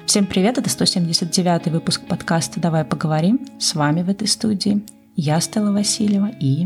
Всем привет, это 179-й выпуск подкаста «Давай поговорим». С вами в этой студии я, Стелла Васильева, и...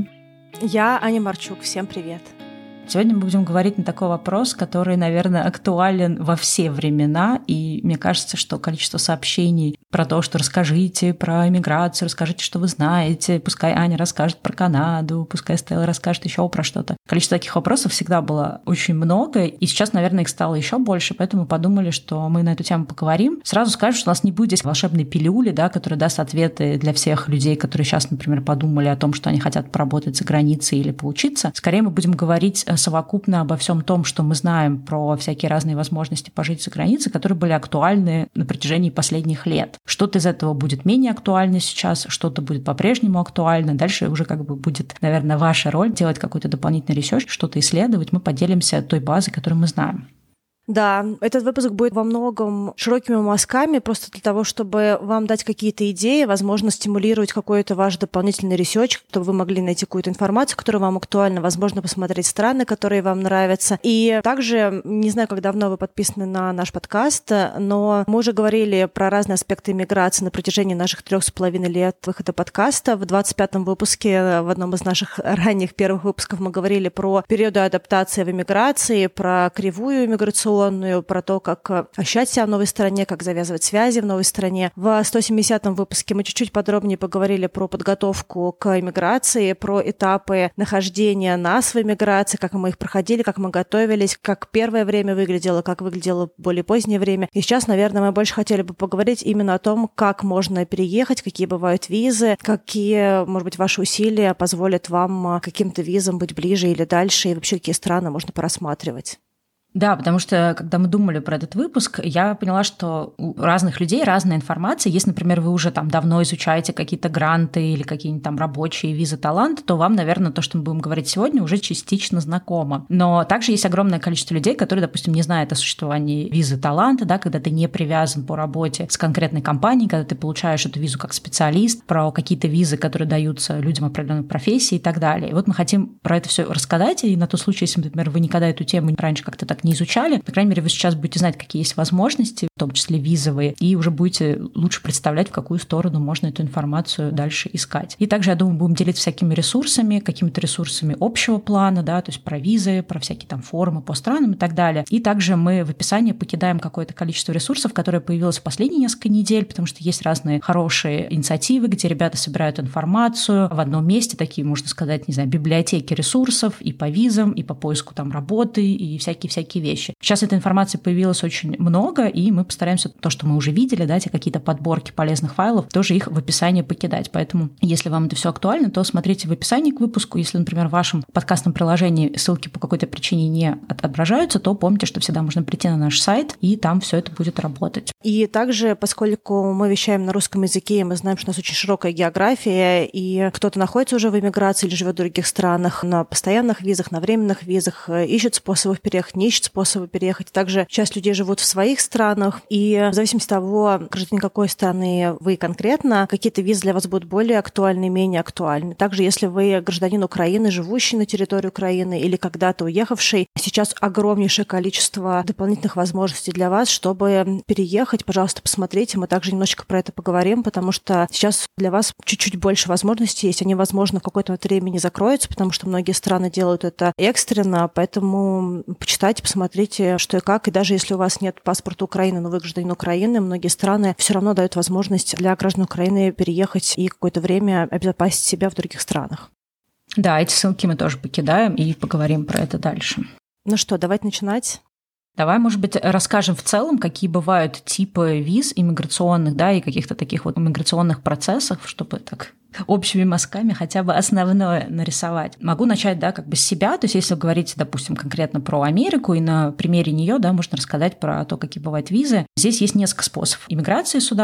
Я, Аня Марчук. Всем привет. Сегодня мы будем говорить на такой вопрос, который, наверное, актуален во все времена, и мне кажется, что количество сообщений про то, что расскажите про иммиграцию, расскажите, что вы знаете, пускай Аня расскажет про Канаду, пускай Стелла расскажет еще про что-то. Количество таких вопросов всегда было очень много, и сейчас, наверное, их стало еще больше, поэтому мы подумали, что мы на эту тему поговорим. Сразу скажу, что у нас не будет волшебной пилюли, да, которая даст ответы для всех людей, которые сейчас, например, подумали о том, что они хотят поработать за границей или поучиться. Скорее мы будем говорить совокупно обо всем том, что мы знаем про всякие разные возможности пожить за границей, которые были актуальны на протяжении последних лет. Что-то из этого будет менее актуально сейчас, что-то будет по-прежнему актуально. Дальше уже будет, наверное, ваша роль делать какой-то дополнительный ресерч, что-то исследовать. Мы поделимся той базой, которую мы знаем. Да, этот выпуск будет во многом широкими мазками, просто для того, чтобы вам дать какие-то идеи, возможно, стимулировать какой-то ваш дополнительный ресерч, чтобы вы могли найти какую-то информацию, которая вам актуальна, возможно, посмотреть страны, которые вам нравятся. И также, не знаю, как давно вы подписаны на наш подкаст, но мы уже говорили про разные аспекты иммиграции на протяжении наших 3,5 лет выхода подкаста. В 25-м выпуске, в одном из наших ранних первых выпусков, мы говорили про периоды адаптации в иммиграции, про кривую иммиграционную, про то, как ощущать себя в новой стране, как завязывать связи в новой стране. В 170-м выпуске мы чуть-чуть подробнее поговорили про подготовку к иммиграции, про этапы нахождения нас в иммиграции, как мы их проходили, как мы готовились, как первое время выглядело, как выглядело более позднее время. И сейчас, наверное, мы больше хотели бы поговорить именно о том, как можно переехать, какие бывают визы, какие, может быть, ваши усилия позволят вам каким-то визам быть ближе или дальше, и вообще какие страны можно прорассматривать. Да, потому что, когда мы думали про этот выпуск, я поняла, что у разных людей разная информация. Если, например, вы уже там давно изучаете какие-то гранты или какие-нибудь там рабочие визы таланта, то вам, наверное, то, что мы будем говорить сегодня, уже частично знакомо. Но также есть огромное количество людей, которые, допустим, не знают о существовании визы таланта, да, когда ты не привязан по работе с конкретной компанией, когда ты получаешь эту визу как специалист, про какие-то визы, которые даются людям определенной профессии и так далее. И вот мы хотим про это все рассказать, и на тот случай, если, например, вы никогда эту тему раньше как-то так не изучали, по крайней мере, вы сейчас будете знать, какие есть возможности, в том числе визовые, и уже будете лучше представлять, в какую сторону можно эту информацию дальше искать. И также, я думаю, будем делиться всякими ресурсами, какими-то ресурсами общего плана, да, то есть про визы, про всякие там форумы по странам и так далее. И также мы в описании покидаем какое-то количество ресурсов, которое появилось в последние несколько недель, потому что есть разные хорошие инициативы, где ребята собирают информацию в одном месте, такие, можно сказать, не знаю, библиотеки ресурсов и по визам, и по поиску там работы, и всякие вещи. Сейчас этой информации появилось очень много, и мы постараемся то, что мы уже видели, да, эти какие-то подборки полезных файлов, тоже их в описании покидать. Поэтому, если вам это все актуально, то смотрите в описании к выпуску. Если, например, в вашем подкастном приложении ссылки по какой-то причине не отображаются, то помните, что всегда можно прийти на наш сайт, и там все это будет работать. И также, поскольку мы вещаем на русском языке, мы знаем, что у нас очень широкая география, и кто-то находится уже в эмиграции или живет в других странах на постоянных визах, на временных визах, ищет способов переехать, не ищет способы переехать. Также часть людей живут в своих странах, и в зависимости от того, гражданин какой страны вы конкретно, какие-то визы для вас будут более актуальны, менее актуальны. Также, если вы гражданин Украины, живущий на территории Украины или когда-то уехавший, сейчас огромнейшее количество дополнительных возможностей для вас, чтобы переехать. Пожалуйста, посмотрите, мы также немножечко про это поговорим, потому что сейчас для вас чуть-чуть больше возможностей есть. Они, возможно, в какое-то времени закроются, потому что многие страны делают это экстренно, поэтому почитайте, посмотрите, что и как. И даже если у вас нет паспорта Украины, но вы гражданин Украины, многие страны все равно дают возможность для граждан Украины переехать и какое-то время обезопасить себя в других странах. Да, эти ссылки мы тоже покидаем и поговорим про это дальше. Ну что, давайте начинать. Давай, может быть, расскажем в целом, какие бывают типы виз иммиграционных, да, и каких-то таких вот иммиграционных процессов, чтобы так общими мазками хотя бы основное нарисовать. Могу начать, да, как бы с себя, то есть если говорить, допустим, конкретно про Америку, и на примере нее, да, можно рассказать про то, какие бывают визы. Здесь есть несколько способов иммиграции сюда.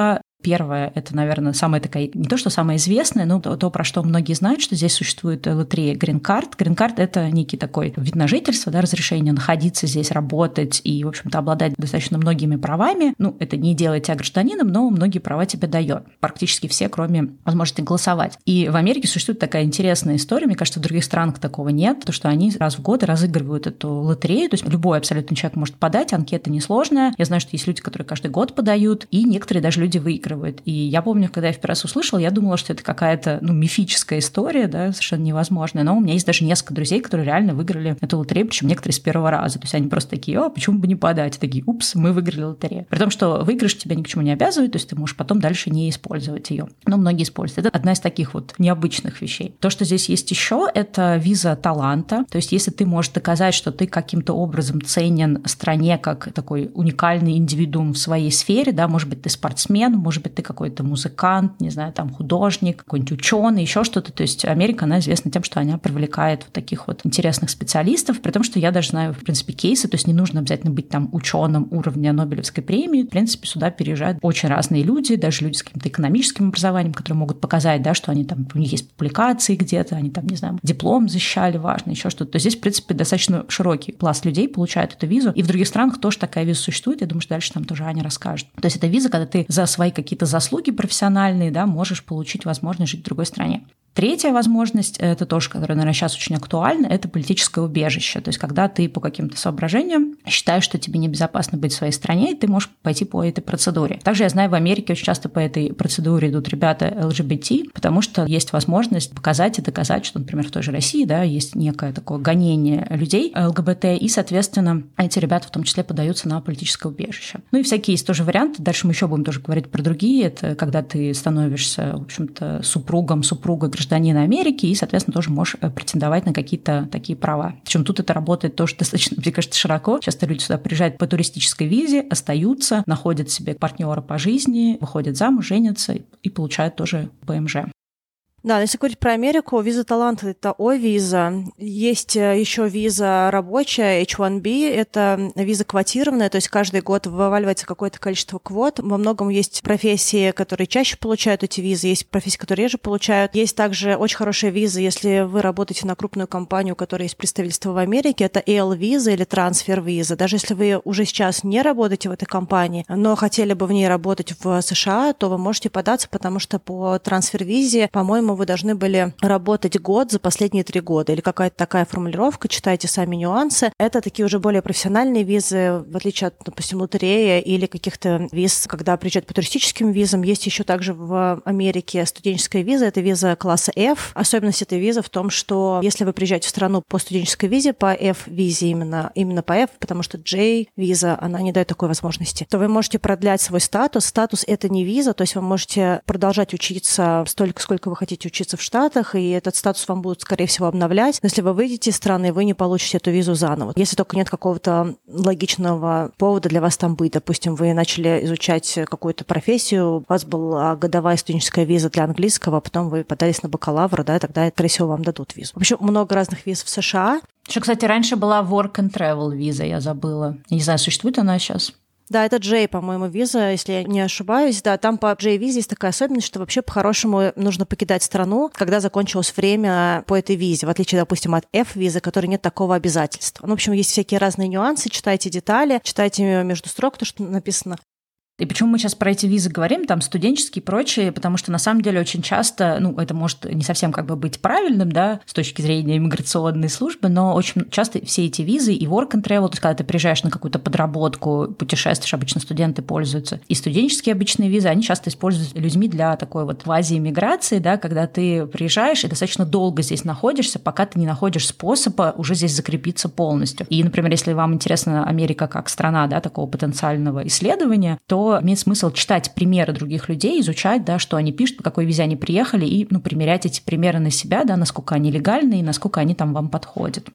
Первое, это, наверное, самая такая, не то, что самая известная, но то, про что многие знают, что здесь существует лотерея Green Card. Green Card – это некий такой вид на жительство, да, разрешение находиться здесь, работать и, в общем-то, обладать достаточно многими правами. Это не делает тебя гражданином, но многие права тебе дает. Практически все, кроме возможности голосовать. И в Америке существует такая интересная история, мне кажется, в других странах такого нет, то, что они раз в год разыгрывают эту лотерею, то есть любой абсолютно человек может подать, анкета несложная. Я знаю, что есть люди, которые каждый год подают, и некоторые даже люди выигрывают. И я помню, когда я в первый раз услышала, я думала, что это какая-то мифическая история, да, совершенно невозможная. Но у меня есть даже несколько друзей, которые реально выиграли эту лотерею, причем некоторые с первого раза. То есть они просто такие: почему бы не подать? И такие: упс, мы выиграли лотерею. При том, что выигрыш тебя ни к чему не обязывает, то есть ты можешь потом дальше не использовать ее. Но многие используют. Это одна из таких вот необычных вещей. То, что здесь есть еще, это виза таланта. То есть если ты можешь доказать, что ты каким-то образом ценен стране как такой уникальный индивидуум в своей сфере, да, может быть, ты спортсмен, может быть, ты какой-то музыкант, не знаю, там художник, какой-нибудь ученый, еще что-то. То есть Америка, она известна тем, что она привлекает вот таких вот интересных специалистов, при том, что я даже знаю, в принципе, кейсы, то есть не нужно обязательно быть там ученым уровня Нобелевской премии. В принципе, сюда переезжают очень разные люди, даже люди с каким-то экономическим образованием, которые могут показать, да, что они там, у них есть публикации где-то, они там, не знаю, диплом защищали, важно, еще что-то. То есть здесь, в принципе, достаточно широкий пласт людей получает эту визу. И в других странах тоже такая виза существует. Я думаю, что дальше там тоже Аня расскажет. То есть это виза, когда ты за свои какие-то заслуги профессиональные, да, можешь получить возможность жить в другой стране. Третья возможность, это тоже, которая, наверное, сейчас очень актуальна, это политическое убежище. То есть когда ты по каким-то соображениям считаешь, что тебе небезопасно быть в своей стране, и ты можешь пойти по этой процедуре. Также я знаю, в Америке очень часто по этой процедуре идут ребята ЛГБТ, потому что есть возможность показать и доказать, что, например, в той же России, да, есть некое такое гонение людей ЛГБТ, и, соответственно, эти ребята в том числе подаются на политическое убежище. И всякие есть тоже варианты. Дальше мы еще будем тоже говорить про другие. Это когда ты становишься, в общем-то, супругой гражданина Америки и, соответственно, тоже можешь претендовать на какие-то такие права. Причем тут это работает тоже достаточно, мне кажется, широко. Часто люди сюда приезжают по туристической визе, остаются, находят себе партнера по жизни, выходят замуж, женятся и получают тоже ПМЖ. Да, если говорить про Америку, виза таланта – это О-виза. Есть еще виза рабочая, H-1B, это виза квотированная, то есть каждый год вываливается какое-то количество квот. Во многом есть профессии, которые чаще получают эти визы, есть профессии, которые реже получают. Есть также очень хорошая виза, если вы работаете на крупную компанию, у которой есть представительство в Америке, это EL-виза или трансфер-виза. Даже если вы уже сейчас не работаете в этой компании, но хотели бы в ней работать в США, то вы можете податься, потому что по трансфер-визе, по-моему, вы должны были работать год за последние 3 года. Или какая-то такая формулировка, читайте сами нюансы. Это такие уже более профессиональные визы, в отличие от, допустим, лотереи или каких-то виз, когда приезжают по туристическим визам. Есть еще также в Америке студенческая виза, это виза класса F. Особенность этой визы в том, что если вы приезжаете в страну по студенческой визе, по F-визе именно по F, потому что J-виза, она не дает такой возможности, то вы можете продлять свой статус. Статус – это не виза, то есть вы можете продолжать учиться столько, сколько вы хотите учиться в Штатах, и этот статус вам будут, скорее всего, обновлять. Но если вы выйдете из страны, вы не получите эту визу заново. Если только нет какого-то логичного повода для вас там быть. Допустим, вы начали изучать какую-то профессию, у вас была годовая студенческая виза для английского, а потом вы подались на бакалавра, да, и тогда, скорее всего, вам дадут визу. В общем, много разных виз в США. Еще, кстати, раньше была work and travel виза, я забыла. Я не знаю, существует она сейчас? Да, это J, по-моему, виза, если я не ошибаюсь. Да, там по J-визе есть такая особенность, что вообще по-хорошему нужно покидать страну, когда закончилось время по этой визе, в отличие, допустим, от F-визы, которой нет такого обязательства. В общем, есть всякие разные нюансы, читайте детали, читайте между строк то, что написано. И почему мы сейчас про эти визы говорим, там студенческие и прочие, потому что на самом деле очень часто, это может не совсем быть правильным, да, с точки зрения иммиграционной службы, но очень часто все эти визы и work and travel, то есть когда ты приезжаешь на какую-то подработку, путешествуешь, обычно студенты пользуются, и студенческие обычные визы, они часто используются людьми для такой квази-иммиграции, да, когда ты приезжаешь и достаточно долго здесь находишься, пока ты не находишь способа уже здесь закрепиться полностью. И, например, если вам интересна Америка как страна, да, такого потенциального исследования, то имеет смысл читать примеры других людей, изучать, да, что они пишут, по какой визе они приехали, и примерять эти примеры на себя, да, насколько они легальны и насколько они там вам подходят.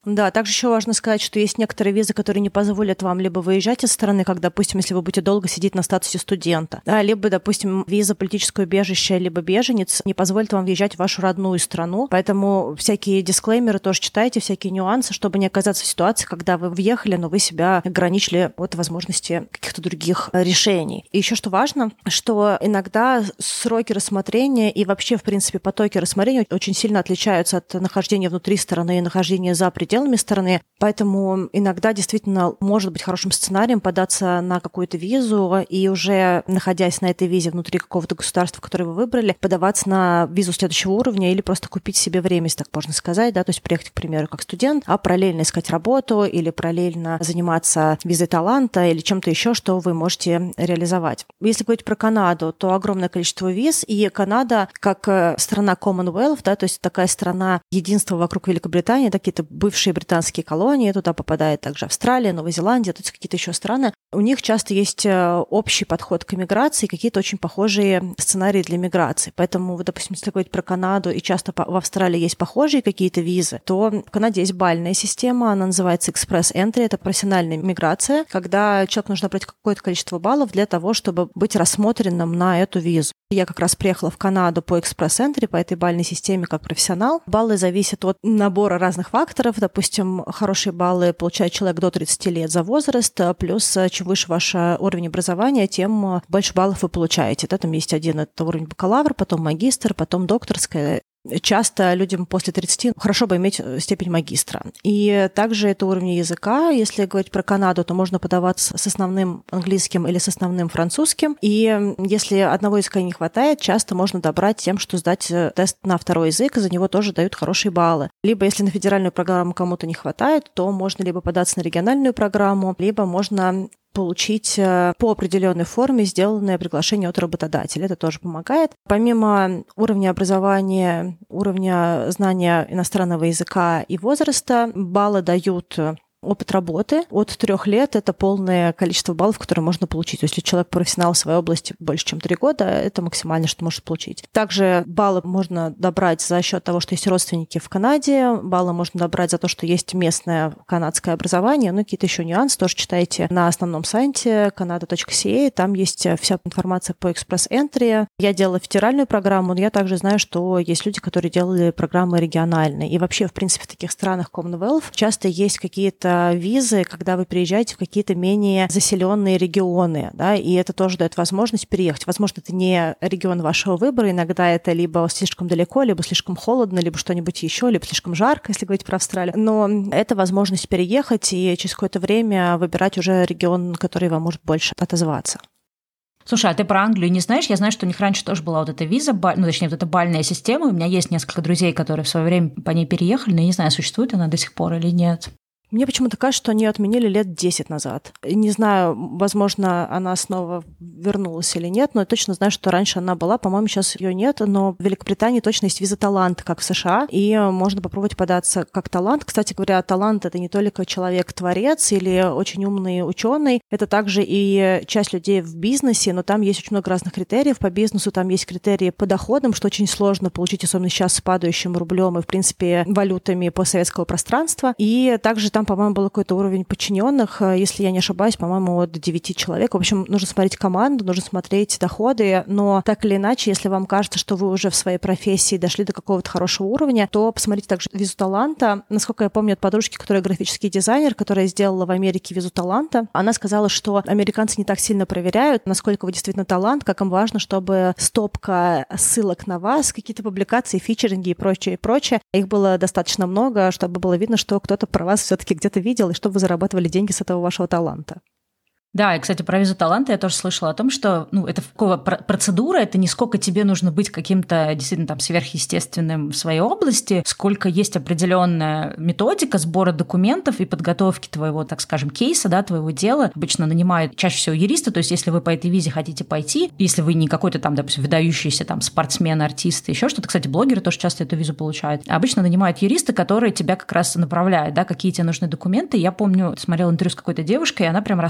Да, также еще важно сказать, что есть некоторые визы, которые не позволят вам либо выезжать из страны, как, допустим, если вы будете долго сидеть на статусе студента, да, либо, допустим, виза политическое убежище, либо беженец не позволит вам въезжать в вашу родную страну. Поэтому всякие дисклеймеры тоже читайте, всякие нюансы, чтобы не оказаться в ситуации, когда вы въехали, но вы себя ограничили от возможности каких-то других решений. И еще что важно, что иногда сроки рассмотрения и вообще, в принципе, потоки рассмотрения очень сильно отличаются от нахождения внутри страны и нахождения за пределами страны. Поэтому иногда действительно может быть хорошим сценарием податься на какую-то визу и уже находясь на этой визе внутри какого-то государства, которое вы выбрали, подаваться на визу следующего уровня или просто купить себе время, если так можно сказать, да, то есть приехать, к примеру, как студент, а параллельно искать работу или параллельно заниматься визой таланта или чем-то еще, что вы можете реализовать. Если говорить про Канаду, то огромное количество виз, и Канада как страна Commonwealth, да, то есть такая страна единства вокруг Великобритании, какие-то бывшие британские колонии, туда попадает также Австралия, Новая Зеландия, то есть какие-то еще страны. У них часто есть общий подход к миграции, какие-то очень похожие сценарии для миграции. Поэтому, допустим, если говорить про Канаду, и часто в Австралии есть похожие какие-то визы, то в Канаде есть бальная система, она называется Express Entry, это профессиональная миграция, когда человеку нужно набрать какое-то количество баллов для того, чтобы быть рассмотренным на эту визу. Я как раз приехала в Канаду по Express Entry, по этой бальной системе как профессионал. Баллы зависят от набора разных факторов. Допустим, хорошие баллы получает человек до 30 лет за возраст, плюс чем выше ваш уровень образования, тем больше баллов вы получаете. Да, там есть один это уровень бакалавр, потом магистр, потом докторская. Часто людям после 30 хорошо бы иметь степень магистра. И также это уровень языка. Если говорить про Канаду, то можно подаваться с основным английским или с основным французским. И если одного языка не хватает, часто можно добрать тем, что сдать тест на второй язык, и за него тоже дают хорошие баллы. Либо если на федеральную программу кому-то не хватает, то можно либо податься на региональную программу, либо можно получить по определенной форме сделанное приглашение от работодателя. Это тоже помогает. Помимо уровня образования, уровня знания иностранного языка и возраста, баллы дают опыт работы от 3 лет — это полное количество баллов, которые можно получить. То есть, если человек профессионал в своей области больше, чем 3 года, это максимально, что может получить. Также баллы можно добрать за счет того, что есть родственники в Канаде, баллы можно добрать за то, что есть местное канадское образование, ну, какие-то еще нюансы тоже читайте на основном сайте canada.ca, там есть вся информация по Express Entry. Я делала федеральную программу, но я также знаю, что есть люди, которые делали программы региональные. И вообще, в принципе, в таких странах Commonwealth часто есть какие-то визы, когда вы приезжаете в какие-то менее заселенные регионы, да, и это тоже дает возможность переехать. Возможно, это не регион вашего выбора, иногда это либо слишком далеко, либо слишком холодно, либо что-нибудь еще, либо слишком жарко, если говорить про Австралию. Но это возможность переехать и через какое-то время выбирать уже регион, который вам может больше отозваться. Слушай, а ты про Англию не знаешь? Я знаю, что у них раньше тоже была вот эта виза, ну, точнее, вот эта бальная система. У меня есть несколько друзей, которые в свое время по ней переехали, но я не знаю, существует она до сих пор или нет. Мне почему-то кажется, что они отменили лет 10 назад. Не знаю, возможно, она снова вернулась или нет, но я точно знаю, что раньше она была, по-моему, сейчас ее нет, но в Великобритании точно есть виза таланта, как в США, и можно попробовать податься как талант. Кстати говоря, талант — это не только человек-творец или очень умный ученый, это также и часть людей в бизнесе, но там есть очень много разных критериев по бизнесу, там есть критерии по доходам, что очень сложно получить, особенно сейчас с падающим рублем и, в принципе, валютами постсоветского пространства, и также там, по-моему, был какой-то уровень подчиненных, если я не ошибаюсь, по-моему, от 9 человек. В общем, нужно смотреть команду, нужно смотреть доходы, но так или иначе, если вам кажется, что вы уже в своей профессии дошли до какого-то хорошего уровня, то посмотрите также визу таланта. Насколько я помню от подружки, которая графический дизайнер, которая сделала в Америке визу таланта, она сказала, что американцы не так сильно проверяют, насколько вы действительно талант, как им важно, чтобы стопка ссылок на вас, какие-то публикации, фичеринги и прочее, их было достаточно много, чтобы было видно, что кто-то про вас все-таки где-то видел, и чтобы вы зарабатывали деньги с этого вашего таланта. Да, и, кстати, про визу таланта я тоже слышала о том, что это процедура, это не сколько тебе нужно быть каким-то действительно там сверхъестественным в своей области, сколько есть определенная методика сбора документов и подготовки твоего, так скажем, кейса, да, твоего дела. Обычно нанимают чаще всего юриста, то есть если вы по этой визе хотите пойти, если вы не какой-то там, допустим, выдающийся там спортсмен, артист, еще что-то, кстати, блогеры тоже часто эту визу получают, обычно нанимают юриста, который тебя как раз направляет, да, какие тебе нужны документы. Я помню, смотрела интервью с какой-то девушкой, и она прям рассказывала,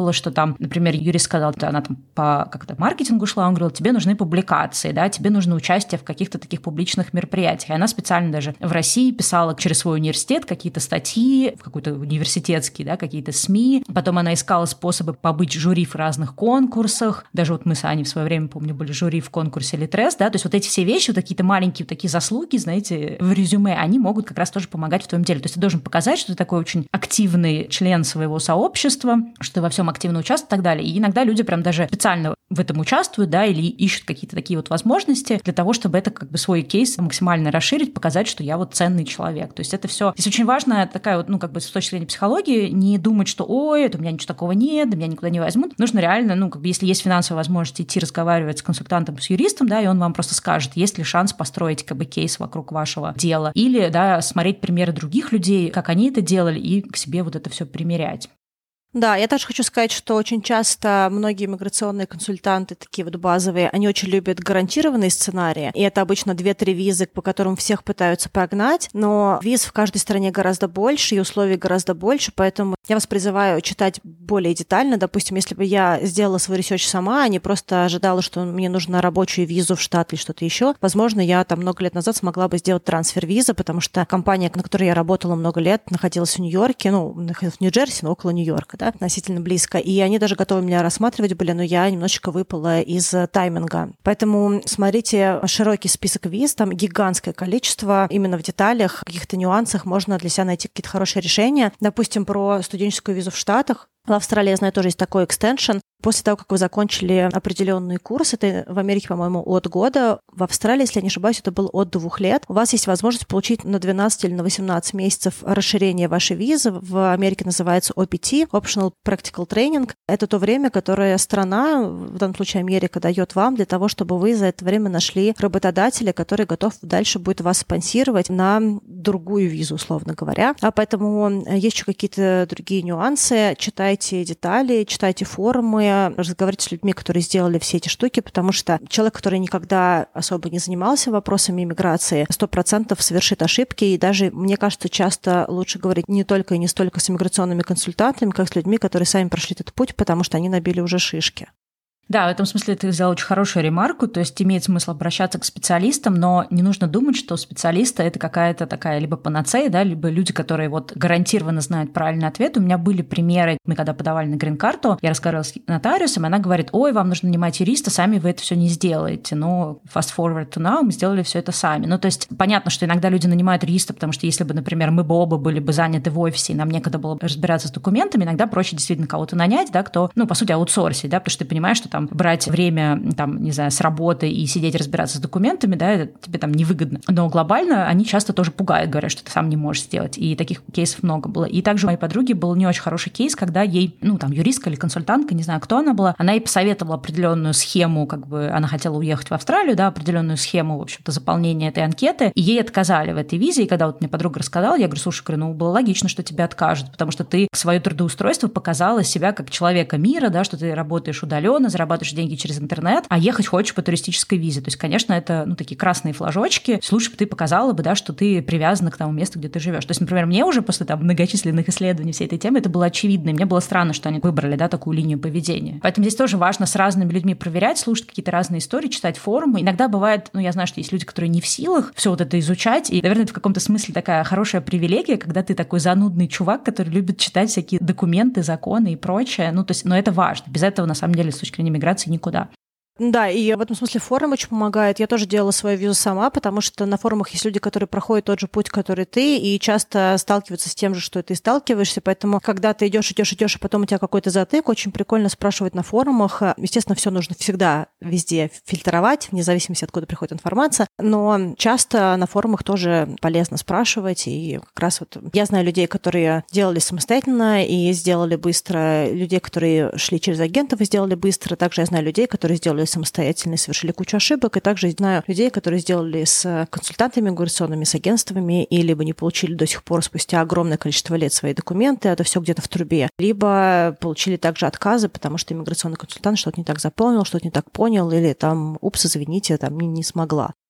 было, что там, например, юрист сказал, она там по как-то маркетингу шла, он говорил, тебе нужны публикации, да, тебе нужно участие в каких-то таких публичных мероприятиях. И она специально даже в России писала через свой университет какие-то статьи, в какой-то университетский, да, какие-то СМИ. Потом она искала способы побыть жюри в разных конкурсах. Даже вот мы с Аней в свое время, помню, были жюри в конкурсе Литрес, да, то есть вот эти все вещи, вот какие-то маленькие такие заслуги, знаете, в резюме, они могут как раз тоже помогать в твоем деле. То есть ты должен показать, что ты такой очень активный член своего сообщества, что ты во всем активно участвуешь и так далее. И иногда люди прям даже специально в этом участвуют, да, или ищут какие-то такие вот возможности для того, чтобы это как бы свой кейс максимально расширить, показать, что я вот ценный человек. То есть это все. Здесь очень важно такая вот, ну, как бы с точки зрения психологии, не думать, что, ой, это у меня ничего такого нет, да меня никуда не возьмут. Нужно реально, ну, как бы, если есть финансовая возможность идти разговаривать с консультантом, с юристом, да, и он вам просто скажет, есть ли шанс построить как бы кейс вокруг вашего дела, или, да, смотреть примеры других людей, как они это делали, и к себе вот это все примерять. Да, я также хочу сказать, что очень часто многие миграционные консультанты, такие вот базовые, они очень любят гарантированные сценарии, и это обычно 2-3 визы, по которым всех пытаются прогнать, но виз в каждой стране гораздо больше, и условий гораздо больше, поэтому я вас призываю читать более детально. Допустим, если бы я сделала свой ресерч сама, а не просто ожидала, что мне нужно рабочую визу в штат или что-то еще, возможно, я там много лет назад смогла бы сделать трансфер визы, потому что компания, на которой я работала много лет, находилась в Нью-Йорке, ну, в Нью-Джерси, но около Нью-Йорка, да, относительно близко, и они даже готовы меня рассматривать были, но я немножечко выпала из тайминга. Поэтому смотрите широкий список виз, там гигантское количество, именно в деталях, в каких-то нюансах можно для себя найти какие-то хорошие решения. Допустим, про студенческую визу в Штатах. В Австралии, я знаю, тоже есть такой экстеншн. После того, как вы закончили определенный курс, это в Америке, по-моему, от года, в Австралии, если я не ошибаюсь, это было от 2 лет, у вас есть возможность получить на 12 или на 18 месяцев расширение вашей визы. В Америке называется OPT, Optional Practical Training. Это то время, которое страна, в данном случае Америка, дает вам для того, чтобы вы за это время нашли работодателя, который готов дальше будет вас спонсировать на другую визу, условно говоря. А поэтому есть еще какие-то другие нюансы. Читайте детали, читайте форумы, разговаривать с людьми, которые сделали все эти штуки, потому что человек, который никогда особо не занимался вопросами иммиграции, 100% совершит ошибки, и даже, мне кажется, часто лучше говорить не только и не столько с иммиграционными консультантами, как с людьми, которые сами прошли этот путь, потому что они набили уже шишки. Да, в этом смысле ты взял очень хорошую ремарку, то есть имеет смысл обращаться к специалистам, но не нужно думать, что специалисты – это какая-то такая либо панацея, да, либо люди, которые вот гарантированно знают правильный ответ. У меня были примеры, мы когда подавали на грин-карту, я разговаривала с нотариусом, и она говорит, ой, вам нужно нанимать юриста, сами вы это все не сделаете, но fast forward to now, мы сделали все это сами. Ну, то есть понятно, что иногда люди нанимают юриста, потому что если бы, например, мы бы оба были бы заняты в офисе, и нам некогда было бы разбираться с документами, иногда проще действительно кого-то нанять, да, кто, ну, по сути, аутсорсить, да, потому что ты понимаешь, что там брать время, там, не знаю, с работы и сидеть разбираться с документами, да, это тебе там невыгодно. Но глобально они часто тоже пугают, говорят, что ты сам не можешь сделать. И таких кейсов много было. И также у моей подруги был не очень хороший кейс, когда ей, ну, там, юристка или консультантка, не знаю, кто она была, она ей посоветовала определенную схему, как бы она хотела уехать в Австралию, да, определенную схему, в общем-то, заполнения этой анкеты, и ей отказали в этой визе. И когда вот мне подруга рассказала, я говорю, слушай, ну, было логично, что тебе откажут, потому что ты свое трудоустройство показала себя как человека мира, да, что ты работаешь удаленно, зарабатываешь деньги через интернет, а ехать хочешь по туристической визе. То есть, конечно, это, ну, такие красные флажочки. Лучше бы ты показала бы, да, что ты привязана к тому месту, где ты живешь. То есть, например, мне уже после там многочисленных исследований всей этой темы это было очевидно, и мне было странно, что они выбрали, да, такую линию поведения. Поэтому здесь тоже важно с разными людьми проверять, слушать какие-то разные истории, читать форумы. Иногда бывает, ну, я знаю, что есть люди, которые не в силах все вот это изучать, и, наверное, это в каком-то смысле такая хорошая привилегия, когда ты такой занудный чувак, который любит читать всякие документы, законы и прочее. Ну, то есть, но это важно. Без этого, на самом деле, с точки зрения миграции никуда. Да, и в этом смысле форум очень помогает. Я тоже делала свою визу сама, потому что на форумах есть люди, которые проходят тот же путь, который ты, и часто сталкиваются с тем же, что и ты сталкиваешься. Поэтому, когда ты идешь, а потом у тебя какой-то затык, очень прикольно спрашивать на форумах. Естественно, все нужно всегда везде фильтровать, вне зависимости, откуда приходит информация. Но часто на форумах тоже полезно спрашивать. И как раз вот я знаю людей, которые делали самостоятельно и сделали быстро, людей, которые шли через агентов и сделали быстро. Также я знаю людей, которые сделали самостоятельно, совершили кучу ошибок, и также знаю людей, которые сделали с консультантами миграционными, с агентствами, и либо не получили до сих пор спустя огромное количество лет свои документы, это все где-то в трубе, либо получили также отказы, потому что иммиграционный консультант что-то не так заполнил, что-то не так понял, или там, упс, извините, там не смогла.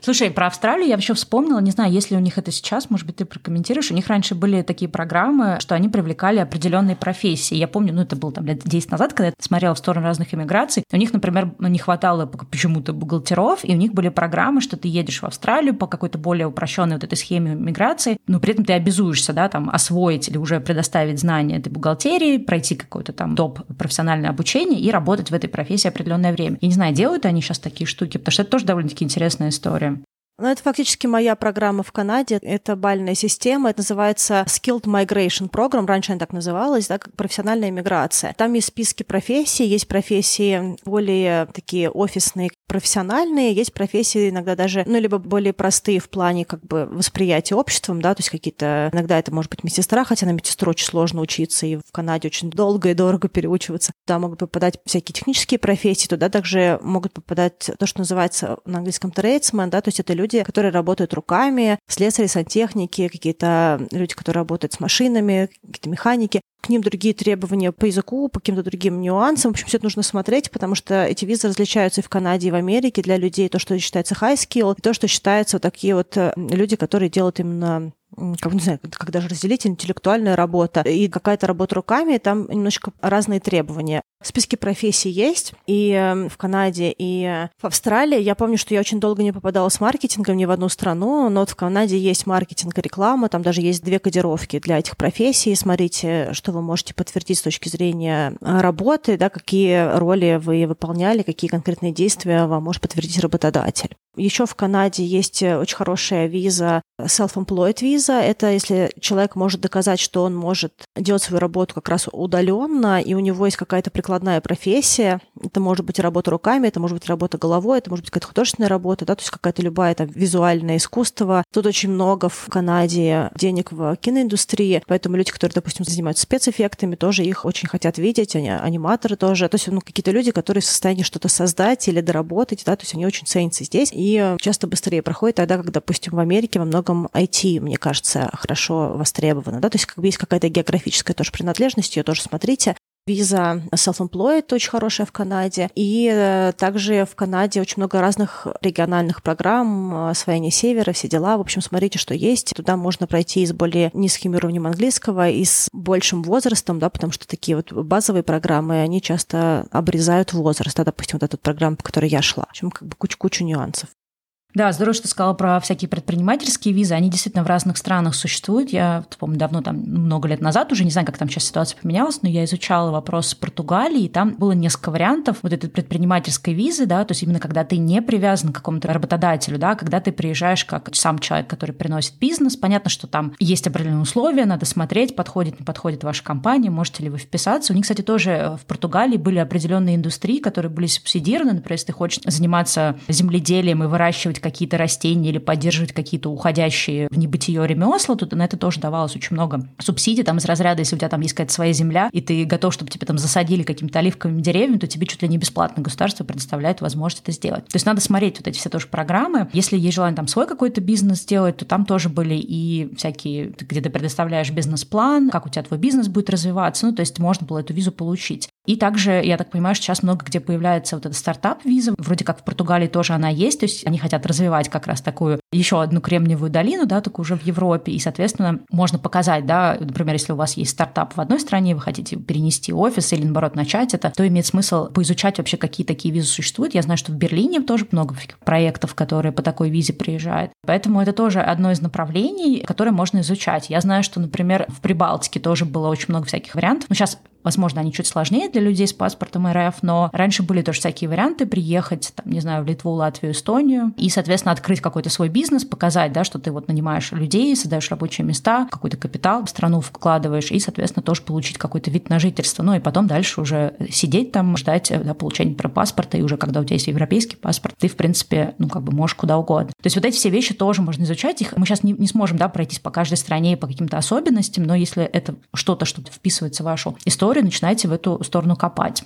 Слушай, про Австралию я вообще вспомнила, не знаю, есть ли у них это сейчас, может быть, ты прокомментируешь. У них раньше были такие программы, что они привлекали определенные профессии. Я помню, это было там лет 10 назад, когда я смотрела в сторону разных иммиграций. У них, например, не хватало почему-то бухгалтеров, и у них были программы, что ты едешь в Австралию по какой-то более упрощенной вот этой схеме миграции, но при этом ты обязуешься, да, там, освоить или уже предоставить знания этой бухгалтерии, пройти какое-то там доп. Профессиональное обучение и работать в этой профессии определенное время. Я не знаю, делают они сейчас такие штуки, потому что это тоже довольно-таки интересная история. Ну, это фактически моя программа в Канаде. Это бальная система. Это называется Skilled Migration Program. Раньше она так называлась, да, как профессиональная миграция. Там есть списки профессий. Есть профессии более такие офисные, профессиональные. Есть профессии иногда даже, либо более простые в плане как бы восприятия обществом, да, то есть какие-то... Иногда это может быть медсестра, хотя на медсестру очень сложно учиться, и в Канаде очень долго и дорого переучиваться. Туда могут попадать всякие технические профессии, туда также могут попадать то, что называется на английском tradesman, да, то есть это люди, которые работают руками, слесари, сантехники, какие-то люди, которые работают с машинами, какие-то механики. К ним другие требования по языку, по каким-то другим нюансам. В общем, все это нужно смотреть, потому что эти визы различаются и в Канаде, и в Америке для людей. То, что считается high skill, и то, что считается вот такие вот люди, которые делают именно... не знаю, как даже разделить, интеллектуальная работа и какая-то работа руками, там немножечко разные требования. Списки профессий есть и в Канаде, и в Австралии. Я помню, что я очень долго не попадала с маркетингом ни в одну страну, но вот в Канаде есть маркетинг и реклама, там даже есть 2 кодировки для этих профессий. Смотрите, что вы можете подтвердить с точки зрения работы, да, какие роли вы выполняли, какие конкретные действия вам может подтвердить работодатель. Еще в Канаде есть очень хорошая виза, self-employed виза. Это если человек может доказать, что он может делать свою работу как раз удаленно, и у него есть какая-то прикладная профессия. Это может быть работа руками, это может быть работа головой, это может быть какая-то художественная работа, да, то есть какая-то любая там визуальное искусство. Тут очень много в Канаде денег в киноиндустрии, поэтому люди, которые, допустим, занимаются спецэффектами, тоже их очень хотят видеть, аниматоры тоже. То есть какие-то люди, которые в состоянии что-то создать или доработать, да, то есть они очень ценятся здесь. И часто быстрее проходит тогда, как, допустим, в Америке во многом IT, мне кажется, хорошо востребовано. Да? То есть как бы есть какая-то географическая тоже принадлежность, ее тоже смотрите. Виза self-employed очень хорошая в Канаде. И также в Канаде очень много разных региональных программ, освоение севера, все дела. В общем, смотрите, что есть. Туда можно пройти и с более низким уровнем английского, и с большим возрастом, да, потому что такие вот базовые программы, они часто обрезают возраст. Да, допустим, вот эта программа, по которой я шла. В общем, как бы кучу нюансов. Да, здорово, что ты сказала про всякие предпринимательские визы. Они действительно в разных странах существуют. Я, помню, давно, много лет назад уже, не знаю, как там сейчас ситуация поменялась, но я изучала вопрос Португалии, и там было несколько вариантов вот этой предпринимательской визы, да, то есть именно когда ты не привязан к какому-то работодателю, да, когда ты приезжаешь как сам человек, который приносит бизнес. Понятно, что там есть определенные условия, надо смотреть, подходит, не подходит ваша компания, можете ли вы вписаться. У них, кстати, тоже в Португалии были определенные индустрии, которые были субсидированы. Например, если ты хочешь заниматься земледелием и выращивать какие-то растения или поддерживать какие-то уходящие в небытие ремесла, тут на это тоже давалось очень много субсидий, там из разряда, если у тебя там есть какая-то своя земля, и ты готов, чтобы тебе там засадили какими-то оливковыми деревьями, то тебе чуть ли не бесплатно государство предоставляет возможность это сделать. То есть надо смотреть вот эти все тоже программы. Если есть желание там свой какой-то бизнес сделать, то там тоже были и всякие, где ты предоставляешь бизнес-план, как у тебя твой бизнес будет развиваться, то есть можно было эту визу получить. И также, я так понимаю, что сейчас много где появляется вот эта стартап-виза, вроде как в Португалии тоже она есть, то есть они хотят развивать как раз такую еще одну Кремниевую долину, да, такую уже в Европе, и, соответственно, можно показать, да, например, если у вас есть стартап в одной стране, вы хотите перенести офис или, наоборот, начать это, то имеет смысл поизучать вообще, какие такие визы существуют. Я знаю, что в Берлине тоже много проектов, которые по такой визе приезжают. Поэтому это тоже одно из направлений, которое можно изучать. Я знаю, что, например, в Прибалтике тоже было очень много всяких вариантов. Но сейчас, возможно, они чуть сложнее для людей с паспортом РФ, но раньше были тоже всякие варианты приехать, там, не знаю, в Литву, Латвию, Эстонию и, соответственно, открыть какой-то свой бизнес, показать, да, что ты вот нанимаешь людей, создаешь рабочие места, какой-то капитал в страну вкладываешь и, соответственно, тоже получить какой-то вид на жительство. Ну и потом дальше уже сидеть там, ждать, да, получения паспорта, и уже когда у тебя есть европейский паспорт, ты, в принципе, можешь куда угодно. То есть вот эти все вещи тоже можно изучать. Их мы сейчас не сможем, да, пройтись по каждой стране и по каким-то особенностям, но если это что-то вписывается в вашу историю, начинайте в эту сторону копать.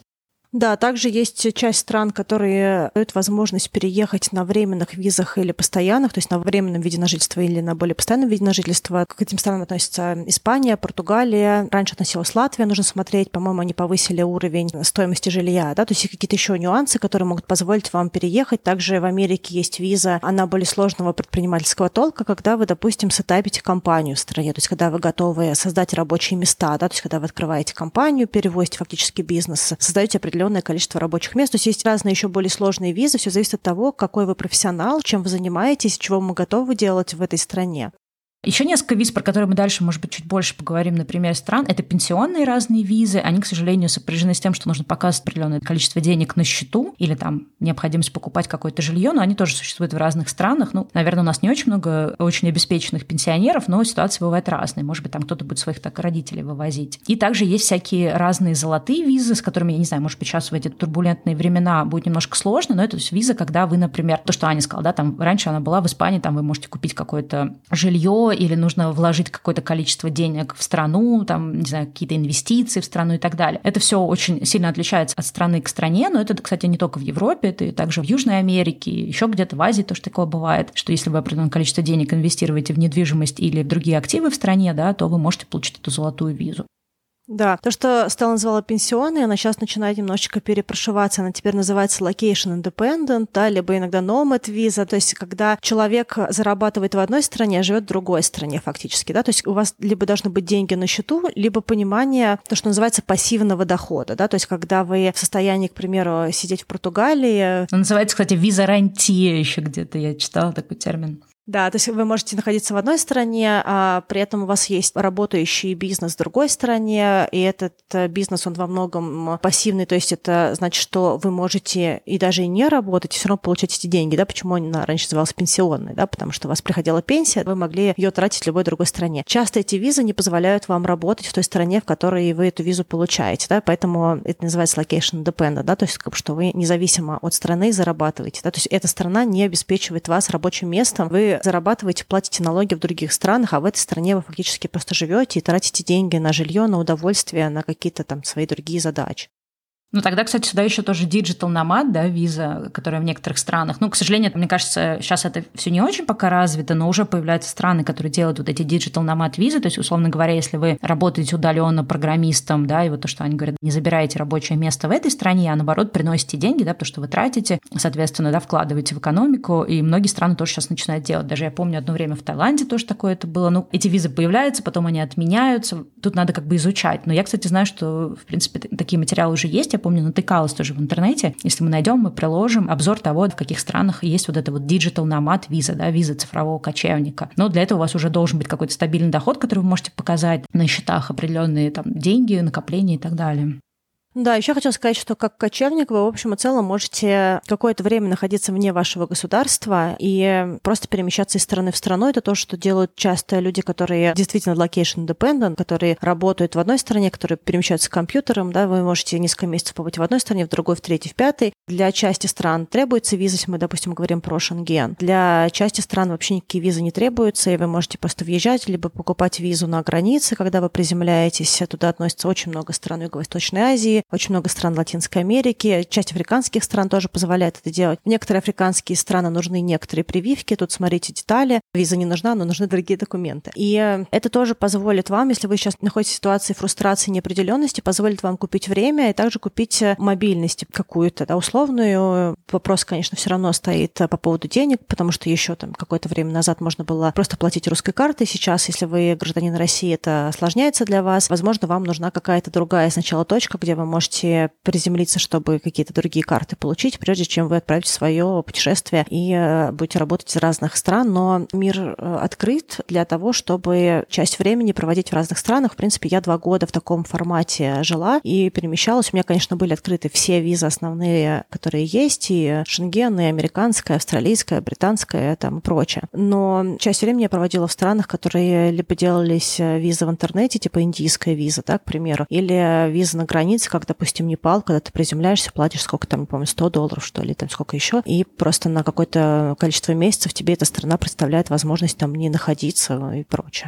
Да, также есть часть стран, которые дают возможность переехать на временных визах или постоянных, то есть на временном виде на жительство или на более постоянном виде на жительство. К этим странам относятся Испания, Португалия. Раньше относилась Латвия, нужно смотреть. По-моему, они повысили уровень стоимости жилья. Да? То есть есть какие-то еще нюансы, которые могут позволить вам переехать. Также в Америке есть виза, она более сложного предпринимательского толка, когда вы, допустим, сетапите компанию в стране, то есть когда вы готовы создать рабочие места, да? То есть когда вы открываете компанию, перевозите фактически бизнес, создаете определенное количество рабочих мест. То есть есть разные еще более сложные визы. Все зависит от того, какой вы профессионал, чем вы занимаетесь, чего вы готовы делать в этой стране. Еще несколько виз, про которые мы дальше, может быть, чуть больше поговорим на примере стран. Это пенсионные разные визы. Они, к сожалению, сопряжены с тем, что нужно показывать определенное количество денег на счету или там необходимость покупать какое-то жилье, но они тоже существуют в разных странах. Ну, наверное, у нас не очень много очень обеспеченных пенсионеров, но ситуации бывают разные. Может быть, там кто-то будет своих так родителей вывозить. И также есть всякие разные золотые визы, с которыми, я не знаю, может быть, сейчас в эти турбулентные времена будет немножко сложно, но это то есть виза, когда вы, например, то, что Аня сказала, да, там раньше она была в Испании, там вы можете купить какое-то жилье, или нужно вложить какое-то количество денег в страну, там, не знаю, какие-то инвестиции в страну и так далее. Это все очень сильно отличается от страны к стране, но это, кстати, не только в Европе, это и также в Южной Америке, еще где-то в Азии тоже такое бывает, что если вы определенное количество денег инвестируете в недвижимость или в другие активы в стране, да, то вы можете получить эту золотую визу. Да, то, что Стелла назвала пенсионной, она сейчас начинает немножечко перепрошиваться, она теперь называется location independent, да, либо иногда nomad виза, то есть когда человек зарабатывает в одной стране, а живет в другой стране фактически, да, то есть у вас либо должны быть деньги на счету, либо понимание, то, что называется пассивного дохода, да, то есть когда вы в состоянии, к примеру, сидеть в Португалии. Это называется, кстати, виза рантье еще где-то, я читала такой термин. Да, то есть вы можете находиться в одной стране, а при этом у вас есть работающий бизнес в другой стране, и этот бизнес, он во многом пассивный, то есть это значит, что вы можете и даже и не работать, и все равно получать эти деньги, да, почему он раньше назывался пенсионный, да, потому что у вас приходила пенсия, вы могли ее тратить в любой другой стране. Часто эти визы не позволяют вам работать в той стране, в которой вы эту визу получаете, да, поэтому это называется location dependent, да, то есть как бы, что вы независимо от страны зарабатываете, да, то есть эта страна не обеспечивает вас рабочим местом, вы зарабатываете, платите налоги в других странах, а в этой стране вы фактически просто живете и тратите деньги на жилье, на удовольствие, на какие-то там свои другие задачи. Ну, тогда, кстати, сюда еще тоже digital nomad, да, виза, которая в некоторых странах. Ну, к сожалению, мне кажется, сейчас это все не очень пока развито, но уже появляются страны, которые делают вот эти digital nomad визы. То есть, условно говоря, если вы работаете удаленно программистом, да, и вот то, что они говорят, не забираете рабочее место в этой стране, а наоборот приносите деньги, да, потому что вы тратите, соответственно, да, вкладываете в экономику, и многие страны тоже сейчас начинают делать. Даже я помню одно время в Таиланде тоже такое это было. Ну, эти визы появляются, потом они отменяются. Тут надо как бы изучать. Но я, кстати, знаю, что, в принципе, такие материалы уже есть. Я помню, натыкалась тоже в интернете. Если мы найдем, мы приложим обзор того, в каких странах есть вот это вот digital nomad виза, да, виза цифрового кочевника. Но для этого у вас уже должен быть какой-то стабильный доход, который вы можете показать на счетах, определенные там деньги, накопления и так далее. Да, еще хотела сказать, что как кочевник вы, в общем и целом, можете какое-то время находиться вне вашего государства и просто перемещаться из страны в страну. Это то, что делают часто люди, которые действительно location dependent, которые работают в одной стране, которые перемещаются компьютером. Да, вы можете несколько месяцев побыть в одной стране, в другой, в третьей, в пятой. Для части стран требуется виза, если мы, допустим, говорим про Шенген. Для части стран вообще никакие визы не требуются, и вы можете просто въезжать, либо покупать визу на границе, когда вы приземляетесь. Туда относится очень много стран Юго-Восточной Азии, очень много стран Латинской Америки, часть африканских стран тоже позволяет это делать. В некоторые африканские страны нужны некоторые прививки, тут смотрите детали. Виза не нужна, но нужны другие документы. И это тоже позволит вам, если вы сейчас находитесь в ситуации фрустрации, неопределенности, позволит вам купить время и также купить мобильность какую-то, да, условную. Вопрос, конечно, все равно стоит по поводу денег, потому что еще там какое-то время назад можно было просто платить русской картой. Сейчас, если вы гражданин России, это осложняется для вас. Возможно, вам нужна какая-то другая сначала точка, где вы можете приземлиться, чтобы какие-то другие карты получить, прежде чем вы отправите свое путешествие и будете работать из разных стран. Но мир открыт для того, чтобы часть времени проводить в разных странах. В принципе, я 2 года в таком формате жила и перемещалась. У меня, конечно, были открыты все визы основные, которые есть, и Шенген, и американская, австралийская, британская, там и прочее. Но часть времени я проводила в странах, которые либо делались визы в интернете, типа индийская виза, да, к примеру, или виза на границе, как, допустим, Непал, когда ты приземляешься, платишь сколько там, не помню, $100, что ли, там сколько еще, и просто на какое-то количество месяцев тебе эта страна представляет возможность там не находиться и прочее.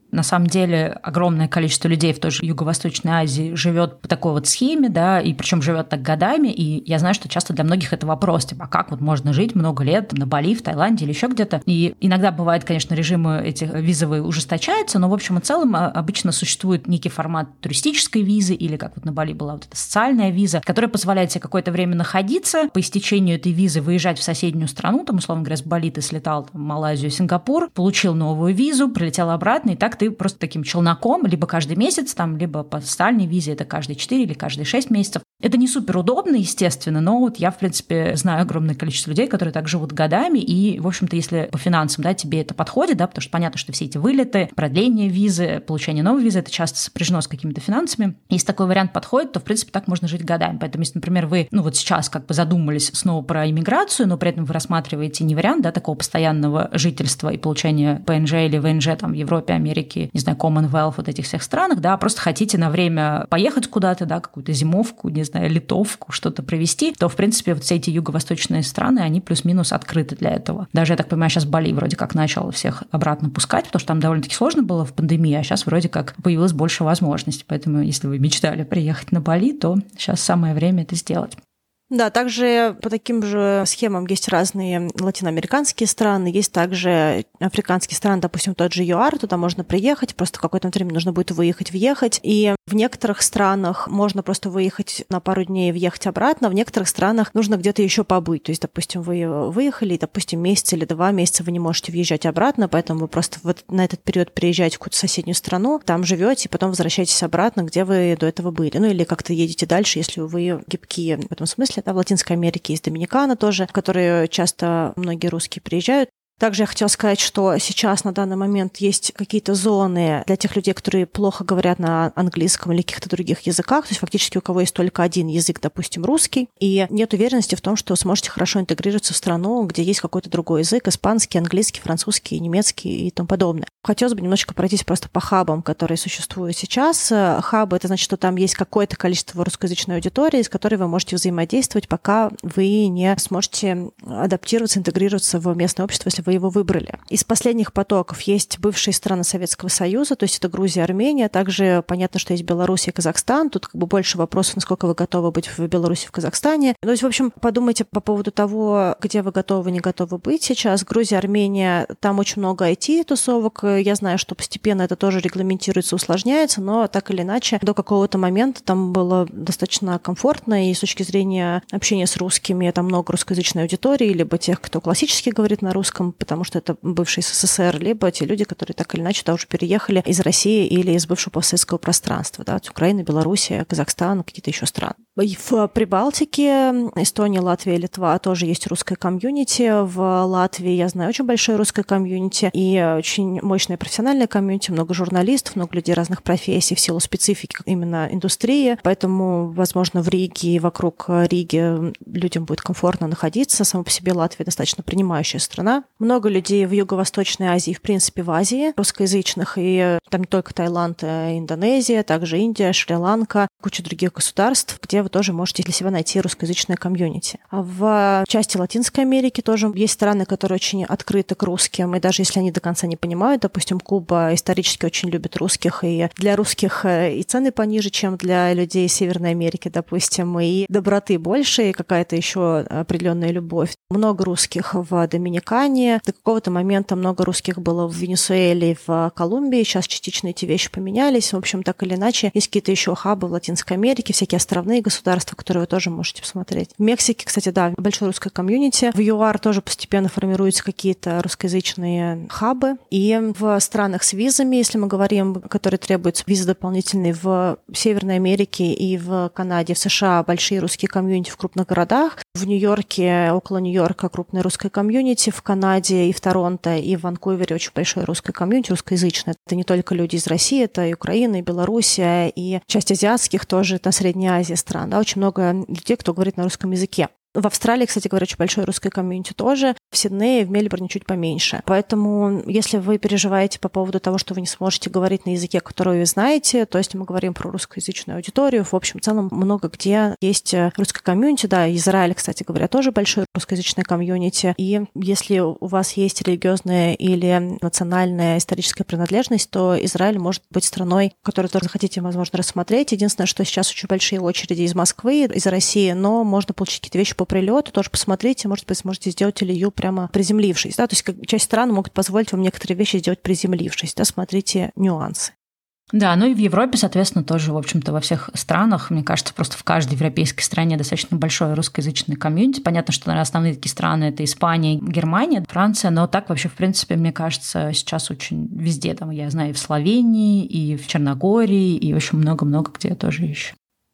На самом деле огромное количество людей в той же Юго-Восточной Азии живет по такой вот схеме, да, и причем живет так годами, и я знаю, что часто для многих это вопрос, типа, а как вот можно жить много лет на Бали, в Таиланде или еще где-то. И иногда бывает, конечно, режимы эти визовые ужесточаются, но в общем и целом обычно существует некий формат туристической визы или, как вот на Бали была вот эта социальная виза, которая позволяет тебе какое-то время находиться, по истечению этой визы выезжать в соседнюю страну, там, условно говоря, с Бали ты слетал там, в Малайзию, Сингапур, получил новую визу, прилетел обратно, и так ты просто таким челноком, либо каждый месяц, там, либо по социальной визе это каждые 4 или каждые 6 месяцев. Это не супер удобно, естественно, но вот я, в принципе, знаю огромное количество людей, которые так живут годами, и, в общем-то, если по финансам, да, тебе это подходит, да, потому что понятно, что все эти вылеты, продление визы, получение новой визы, это часто сопряжено с какими-то финансами. Если такой вариант подходит, то, в принципе, так можно жить годами. Поэтому, если, например, вы, вот сейчас как бы задумались снова про иммиграцию, но при этом вы рассматриваете не вариант, да, такого постоянного жительства и получения ПНЖ или ВНЖ там в Европе, Америке, не знаю, Commonwealth, вот этих всех странах, да, просто хотите на время поехать куда-то, да, какую-то зимовку, не знаю, литовку, что-то провести, то, в принципе, вот все эти юго-восточные страны, они плюс-минус открыты для этого. Даже, я так понимаю, сейчас Бали вроде как начал всех обратно пускать, потому что там довольно-таки сложно было в пандемии, а сейчас вроде как появилось больше возможностей. Поэтому, если вы мечтали приехать на Бали, то сейчас самое время это сделать. Да, также по таким же схемам есть разные латиноамериканские страны, есть также африканские страны, допустим, тот же ЮАР, туда можно приехать, просто какое-то время нужно будет выехать, въехать, и в некоторых странах можно просто выехать на пару дней и въехать обратно, в некоторых странах нужно где-то еще побыть, то есть, допустим, вы выехали, и, допустим, месяц или 2 месяца вы не можете въезжать обратно, поэтому вы просто вот на этот период приезжаете в какую-то соседнюю страну, там живете, и потом возвращаетесь обратно, где вы до этого были, ну или как-то едете дальше, если вы гибкие в этом смысле. Да, в Латинской Америке есть Доминикана тоже, в которую часто многие русские приезжают. Также я хотела сказать, что сейчас на данный момент есть какие-то зоны для тех людей, которые плохо говорят на английском или каких-то других языках. То есть фактически у кого есть только один язык, допустим, русский, и нет уверенности в том, что сможете хорошо интегрироваться в страну, где есть какой-то другой язык, испанский, английский, французский, немецкий и тому подобное. Хотелось бы немножечко пройтись просто по хабам, которые существуют сейчас. Хабы — это значит, что там есть какое-то количество русскоязычной аудитории, с которой вы можете взаимодействовать, пока вы не сможете адаптироваться, интегрироваться в местное общество, если вы его выбрали. Из последних потоков есть бывшие страны Советского Союза, то есть это Грузия, Армения. Также понятно, что есть Беларусь и Казахстан. Тут как бы больше вопросов, насколько вы готовы быть в Беларуси, в Казахстане. То есть, в общем, подумайте по поводу того, где вы готовы, не готовы быть сейчас. Грузия, Армения, там очень много IT-тусовок. Я знаю, что постепенно это тоже регламентируется, усложняется, но так или иначе до какого-то момента там было достаточно комфортно, и с точки зрения общения с русскими там много русскоязычной аудитории, либо тех, кто классически говорит на русском, потому что это бывший СССР, либо те люди, которые так или иначе уже переехали из России или из бывшего постсоветского пространства, да, от Украины, Белоруссия, Казахстан, какие-то еще страны. И в Прибалтике, Эстония, Латвия, Литва тоже есть русское комьюнити. В Латвии, я знаю, очень большое русское комьюнити и очень мощное профессиональное комьюнити, много журналистов, много людей разных профессий в силу специфики именно индустрии. Поэтому, возможно, в Риге и вокруг Риги людям будет комфортно находиться. Сама по себе Латвия достаточно принимающая страна. Много людей в Юго-Восточной Азии, в принципе, в Азии, русскоязычных, и там не только Таиланд, а Индонезия, также Индия, Шри-Ланка, куча других государств, где вы тоже можете для себя найти русскоязычное комьюнити. А в части Латинской Америки тоже есть страны, которые очень открыты к русским, и даже если они до конца не понимают, допустим, Куба исторически очень любит русских, и для русских и цены пониже, чем для людей Северной Америки, допустим, и доброты больше, и какая-то еще определенная любовь. Много русских в Доминикане. До какого-то момента много русских было в Венесуэле и в Колумбии. Сейчас частично эти вещи поменялись. В общем, так или иначе, есть какие-то еще хабы в Латинской Америке, всякие островные государства, которые вы тоже можете посмотреть. В Мексике, кстати, да, большое русское комьюнити. В ЮАР тоже постепенно формируются какие-то русскоязычные хабы. И в странах с визами, если мы говорим, которые требуются визы дополнительные, в Северной Америке и в Канаде, в США большие русские комьюнити в крупных городах. В Нью-Йорке, около Нью-Йорка крупное русское комьюнити. В Канаде и в Торонто, и в Ванкувере очень большое русское комьюнити, русскоязычное. Это не только люди из России, это и Украина, и Белоруссия, и часть азиатских тоже, это Средняя Азия стран. Да, очень много людей, кто говорит на русском языке. В Австралии, кстати говоря, очень большое русское комьюнити тоже. В Сиднее, в Мельбурне чуть поменьше. Поэтому, если вы переживаете по поводу того, что вы не сможете говорить на языке, который вы знаете, то есть мы говорим про русскоязычную аудиторию, в общем, в целом много где есть русское комьюнити. Да, Израиль, кстати говоря, тоже большое русскоязычное комьюнити. И если у вас есть религиозная или национальная историческая принадлежность, то Израиль может быть страной, которую тоже захотите, возможно, рассмотреть. Единственное, что сейчас очень большие очереди из Москвы, из России, но можно получить какие-то вещи по прилету, тоже посмотрите, может быть, сможете сделать илью прямо приземлившись. Да? То есть часть стран могут позволить вам некоторые вещи сделать приземлившись. Да? Смотрите нюансы. Да, ну и в Европе, соответственно, тоже, в общем-то, во всех странах, мне кажется, просто в каждой европейской стране достаточно большое русскоязычное комьюнити. Понятно, что, наверное, основные такие страны – это Испания, Германия, Франция, но так вообще, в принципе, мне кажется, сейчас очень везде. Там, я знаю, и в Словении, и в Черногории, и очень много-много где тоже еще.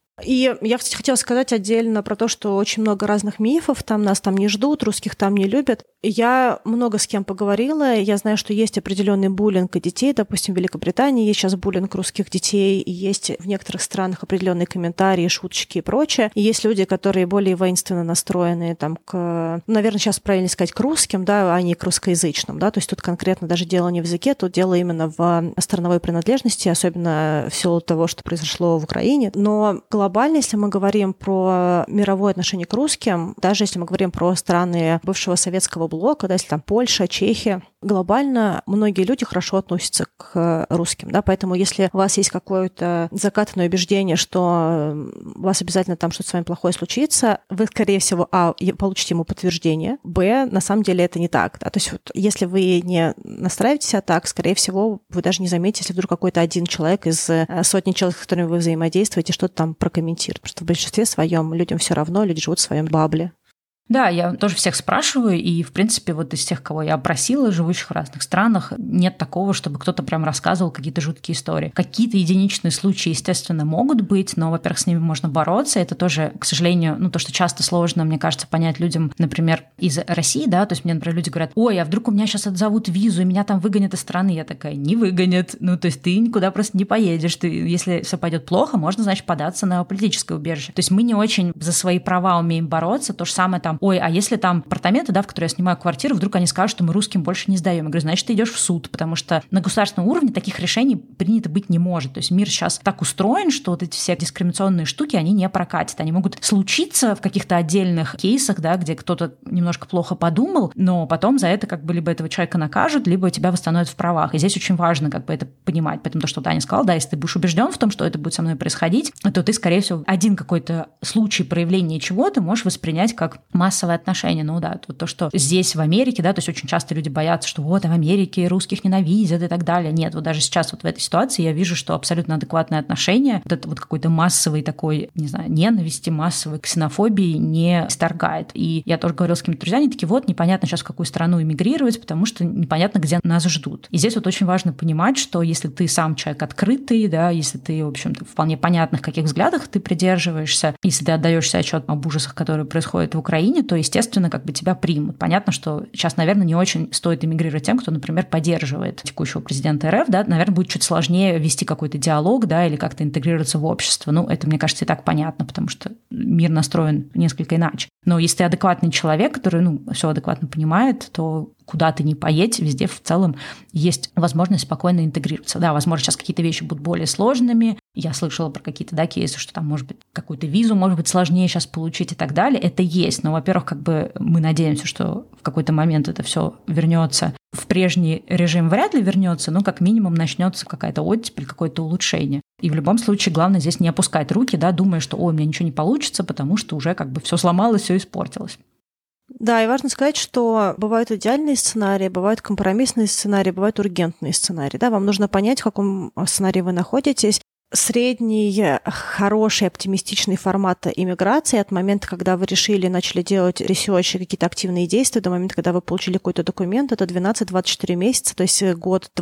И я, кстати, хотела сказать отдельно про то, что очень много разных мифов, там нас там не ждут, русских там не любят. Я много с кем поговорила, я знаю, что есть определенный буллинг детей, допустим, в Великобритании есть сейчас буллинг русских детей, и есть в некоторых странах определенные комментарии, шуточки и прочее. И есть люди, которые более воинственно настроены там наверное, сейчас правильно сказать, к русским, да, а не к русскоязычным, да, то есть тут конкретно даже дело не в языке, тут дело именно в страновой принадлежности, особенно в силу того, что произошло в Украине. Но глобально, если мы говорим про мировое отношение к русским, даже если мы говорим про страны бывшего советского блока, да, если там Польша, Чехия, глобально многие люди хорошо относятся к русским, да, поэтому если у вас есть какое-то закатанное убеждение, что у вас обязательно там что-то с вами плохое случится, вы, скорее всего, получите ему подтверждение, на самом деле это не так, да, то есть вот, если вы не настраиваете себя так, скорее всего, вы даже не заметите, если вдруг какой-то один человек из сотни человек, с которыми вы взаимодействуете, что-то там прокомментирует, потому что в большинстве своем людям все равно, люди живут в своем бабле. Да, я тоже всех спрашиваю, и, в принципе, вот из тех, кого я опросила, живущих в разных странах, нет такого, чтобы кто-то прям рассказывал какие-то жуткие истории. Какие-то единичные случаи, естественно, могут быть, но, во-первых, с ними можно бороться. Это тоже, к сожалению, то, что часто сложно, мне кажется, понять людям, например, из России, да, то есть мне, например, люди говорят: ой, а вдруг у меня сейчас отзовут визу, и меня там выгонят из страны. Я такая: не выгонят. То есть ты никуда просто не поедешь. Если все пойдет плохо, можно, значит, податься на политическое убежище. То есть мы не очень за свои права умеем бороться. То же самое там: ой, а если там апартаменты, да, в которые я снимаю квартиру, вдруг они скажут, что мы русским больше не сдаем. Я говорю: значит, ты идешь в суд, потому что на государственном уровне таких решений принято быть не может. То есть мир сейчас так устроен, что вот эти все дискриминационные штуки, они не прокатят. Они могут случиться в каких-то отдельных кейсах, да, где кто-то немножко плохо подумал, но потом за это как бы либо этого человека накажут, либо тебя восстановят в правах. И здесь очень важно как бы это понимать. Поэтому то, что Таня сказала, да, если ты будешь убежден в том, что это будет со мной происходить, то ты, скорее всего, один какой-то случай проявления чего-то можешь воспринять как массовое отношение. Да, то, что здесь в Америке, да, то есть очень часто люди боятся, что вот в Америке русских ненавидят и так далее. Нет, вот даже сейчас вот в этой ситуации я вижу, что абсолютно адекватное отношение, вот это вот какой-то массовый такой, не знаю, ненависти, массовой ксенофобии не исторгает. И я тоже говорила с какими-то друзьями, такие: вот непонятно сейчас в какую страну эмигрировать, потому что непонятно, где нас ждут. И здесь вот очень важно понимать, что если ты сам человек открытый, да, если ты, в общем-то, вполне понятных каких взглядах ты придерживаешься, если ты отдаешь себе отчет об ужасах, которые происходят в Украине, то, естественно, как бы тебя примут. Понятно, что сейчас, наверное, не очень стоит эмигрировать тем, кто, например, поддерживает текущего президента РФ, да, наверное, будет чуть сложнее вести какой-то диалог, да, или как-то интегрироваться в общество. Это, мне кажется, и так понятно, потому что мир настроен несколько иначе. Но если ты адекватный человек, который, все адекватно понимает, то куда ты ни поедь, везде в целом есть возможность спокойно интегрироваться. Да, возможно, сейчас какие-то вещи будут более сложными. Я слышала про какие-то, да, кейсы, что там, может быть, какую-то визу, может быть, сложнее сейчас получить и так далее. Это есть. Но, во-первых, как бы мы надеемся, что в какой-то момент это все вернется в прежний режим, вряд ли вернется, но как минимум начнется какая-то оттепель, какое-то улучшение. И в любом случае главное здесь не опускать руки, да, думая, что ой, у меня ничего не получится, потому что уже как бы все сломалось, все испортилось. Да, и важно сказать, что бывают идеальные сценарии, бывают компромиссные сценарии, бывают ургентные сценарии. Да, вам нужно понять, в каком сценарии вы находитесь. Средний, хороший, оптимистичный формат иммиграции от момента, когда вы решили, начали делать ресерч и какие-то активные действия, до момента, когда вы получили какой-то документ, это 12-24 месяца, то есть год-два.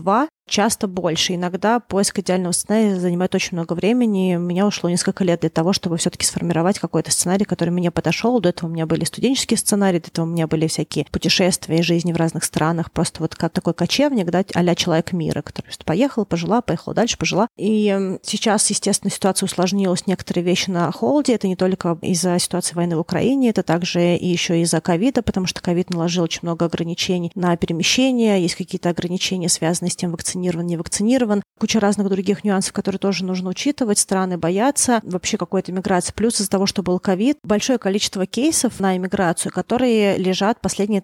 часто больше. Иногда поиск идеального сценария занимает очень много времени. У меня ушло несколько лет для того, чтобы все-таки сформировать какой-то сценарий, который мне подошел. До этого у меня были студенческие сценарии, до этого у меня были всякие путешествия и жизни в разных странах. Просто вот как такой кочевник, да, а-ля человек мира, который просто поехал, пожила, поехала дальше, пожила. И сейчас, естественно, ситуация усложнилась. Некоторые вещи на холде. Это не только из-за ситуации войны в Украине, это также и еще из-за ковида, потому что ковид наложил очень много ограничений на перемещение. Есть какие-то ограничения, связанные с тем, вакцинирован, не вакцинирован. Куча разных других нюансов, которые тоже нужно учитывать. Страны боятся вообще какой-то миграции. Плюс из-за того, что был ковид, большое количество кейсов на иммиграцию, которые лежат последние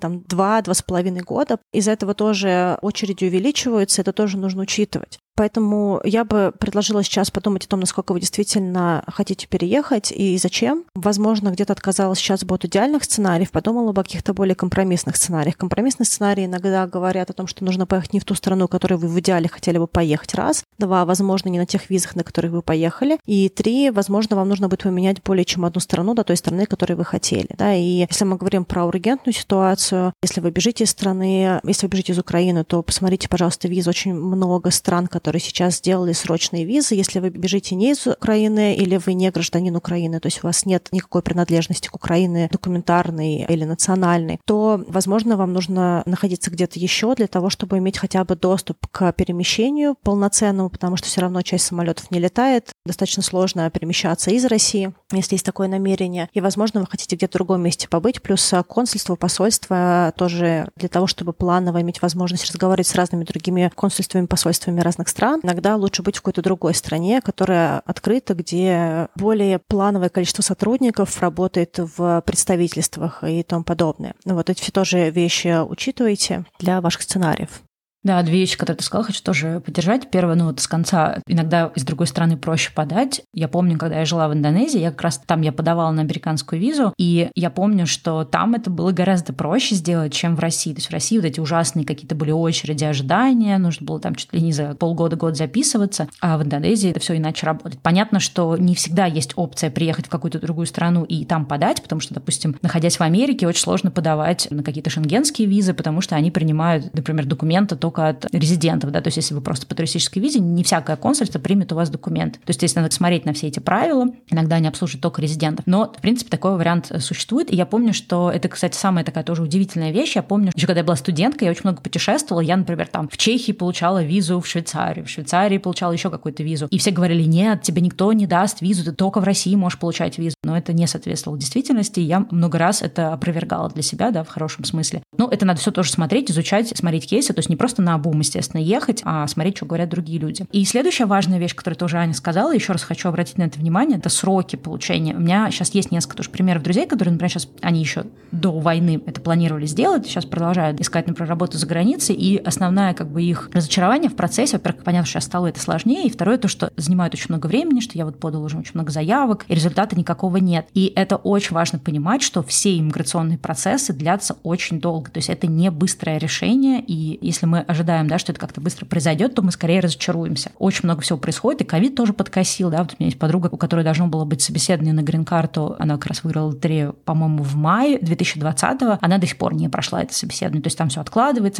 2-2,5 года. Из-за этого тоже очереди увеличиваются, это тоже нужно учитывать. Поэтому я бы предложила сейчас подумать о том, насколько вы действительно хотите переехать и зачем. Возможно, где-то отказалась сейчас бы от идеальных сценариев, подумала бы о каких-то более компромиссных сценариях. Компромиссные сценарии иногда говорят о том, что нужно поехать не в ту страну, в которую вы в идеале хотели бы поехать, раз. 2, возможно, не на тех визах, на которых вы поехали. И 3, возможно, вам нужно будет поменять более чем одну страну до той страны, которой вы хотели. Да? И если мы говорим про ургентную ситуацию, если вы бежите из страны, если вы бежите из Украины, то посмотрите, пожалуйста, визы. Очень много стран, которые сейчас сделали срочные визы. Если вы бежите не из Украины или вы не гражданин Украины, то есть у вас нет никакой принадлежности к Украине, документарной или национальной, то, возможно, вам нужно находиться где-то еще для того, чтобы иметь хотя бы доступ к перемещению полноценному, потому что все равно часть самолетов не летает. Достаточно сложно перемещаться из России, если есть такое намерение. И, возможно, вы хотите где-то в другом месте побыть. Плюс консульство, посольство тоже для того, чтобы планово иметь возможность разговаривать с разными другими консульствами, посольствами разных стран. Иногда лучше быть в какой-то другой стране, которая открыта, где более плановое количество сотрудников работает в представительствах и тому подобное. Вот эти все тоже вещи учитывайте для ваших сценариев. Да, 2 вещи, которые ты сказала, хочу тоже поддержать. Первое, вот с конца, иногда из другой страны проще подать. Я помню, когда я жила в Индонезии, я как раз там я подавала на американскую визу, и я помню, что там это было гораздо проще сделать, чем в России. То есть в России вот эти ужасные какие-то были очереди ожидания, нужно было там чуть ли не за полгода-год записываться, а в Индонезии это все иначе работает. Понятно, что не всегда есть опция приехать в какую-то другую страну и там подать, потому что, допустим, находясь в Америке, очень сложно подавать на какие-то шенгенские визы, потому что они принимают, например, документы только от резидентов, да, то есть если вы просто по туристической визе, не всякое консульство примет у вас документ. То есть здесь надо смотреть на все эти правила, иногда они обслуживают только резидентов, но, в принципе, такой вариант существует, и я помню, что это, кстати, самая такая тоже удивительная вещь, я помню, еще когда я была студенткой, я очень много путешествовала, я, например, там в Чехии получала визу в Швейцарии получала еще какую-то визу, и все говорили, нет, тебе никто не даст визу, ты только в России можешь получать визу, но это не соответствовало действительности, и я много раз это опровергала для себя, да, в хорошем смысле. Ну, это надо все тоже смотреть, изучать, смотреть кейсы, то есть не просто наобум, естественно, ехать, а смотреть, что говорят другие люди. И следующая важная вещь, которую тоже Аня сказала, еще раз хочу обратить на это внимание, это сроки получения. У меня сейчас есть несколько тоже примеров друзей, которые, например, сейчас они еще до войны это планировали сделать, сейчас продолжают искать, например, работу за границей, и основное как бы их разочарование в процессе, во-первых, понятно, что сейчас стало это сложнее, и второе, то, что занимает очень много времени, что я вот подала уже очень много заявок, и результата никакого нет. И это очень важно понимать, что все иммиграционные процессы длятся очень долго, то есть это не быстрое решение, и если мы ожидаем, да, что это как-то быстро произойдет, то мы скорее разочаруемся. Очень много всего происходит, и ковид тоже подкосил, да, вот у меня есть подруга, у которой должно было быть собеседование на грин-карту, она как раз выиграла лотерею, по-моему, в мае 2020-го, она до сих пор не прошла это собеседование, то есть там все откладывается.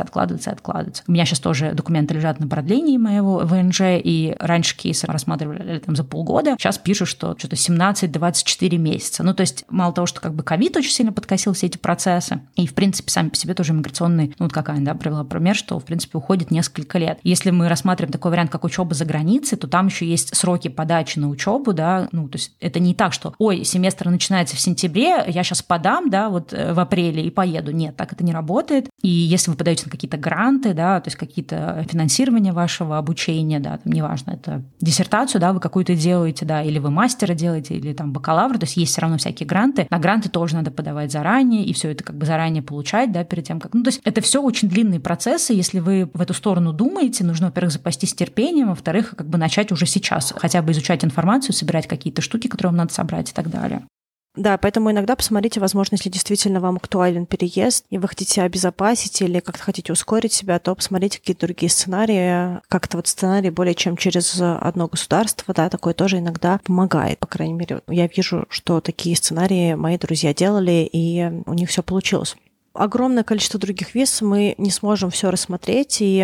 У меня сейчас тоже документы лежат на продлении моего ВНЖ, и раньше кейсы рассматривали там за полгода, сейчас пишут, что что-то 17-24 месяца. Ну, то есть мало того, что как бы ковид очень сильно подкосил все эти процессы, и, в принципе, сами по себе тоже иммиграционный, ну, вот как Аня, да, привела пример, что, в принципе, уходит несколько лет. Если мы рассматриваем такой вариант, как учеба за границей, то там еще есть сроки подачи на учебу, да, ну, то есть это не так, что, ой, семестр начинается в сентябре, я сейчас подам, да, вот в апреле и поеду. Нет, так это не работает. И если вы подаете на какие-то гранты, да, то есть какие-то финансирования вашего обучения, да, там, неважно, это диссертацию, да, вы какую-то делаете, да, или вы мастера делаете, или там бакалавра, то есть есть все равно всякие гранты. На гранты тоже надо подавать заранее, и все это как бы заранее получать, да, перед тем, как... Ну, то есть это все очень длинные процессы, если вы в эту сторону думаете, нужно, во-первых, запастись терпением, во-вторых, как бы начать уже сейчас, хотя бы изучать информацию, собирать какие-то штуки, которые вам надо собрать и так далее. Да, поэтому иногда посмотрите, возможно, если действительно вам актуален переезд, и вы хотите обезопасить или как-то хотите ускорить себя, то посмотрите какие-то другие сценарии. Как-то вот сценарий более чем через одно государство, да, такое тоже иногда помогает. По крайней мере, я вижу, что такие сценарии мои друзья делали, и у них все получилось. Огромное количество других виз, мы не сможем все рассмотреть, и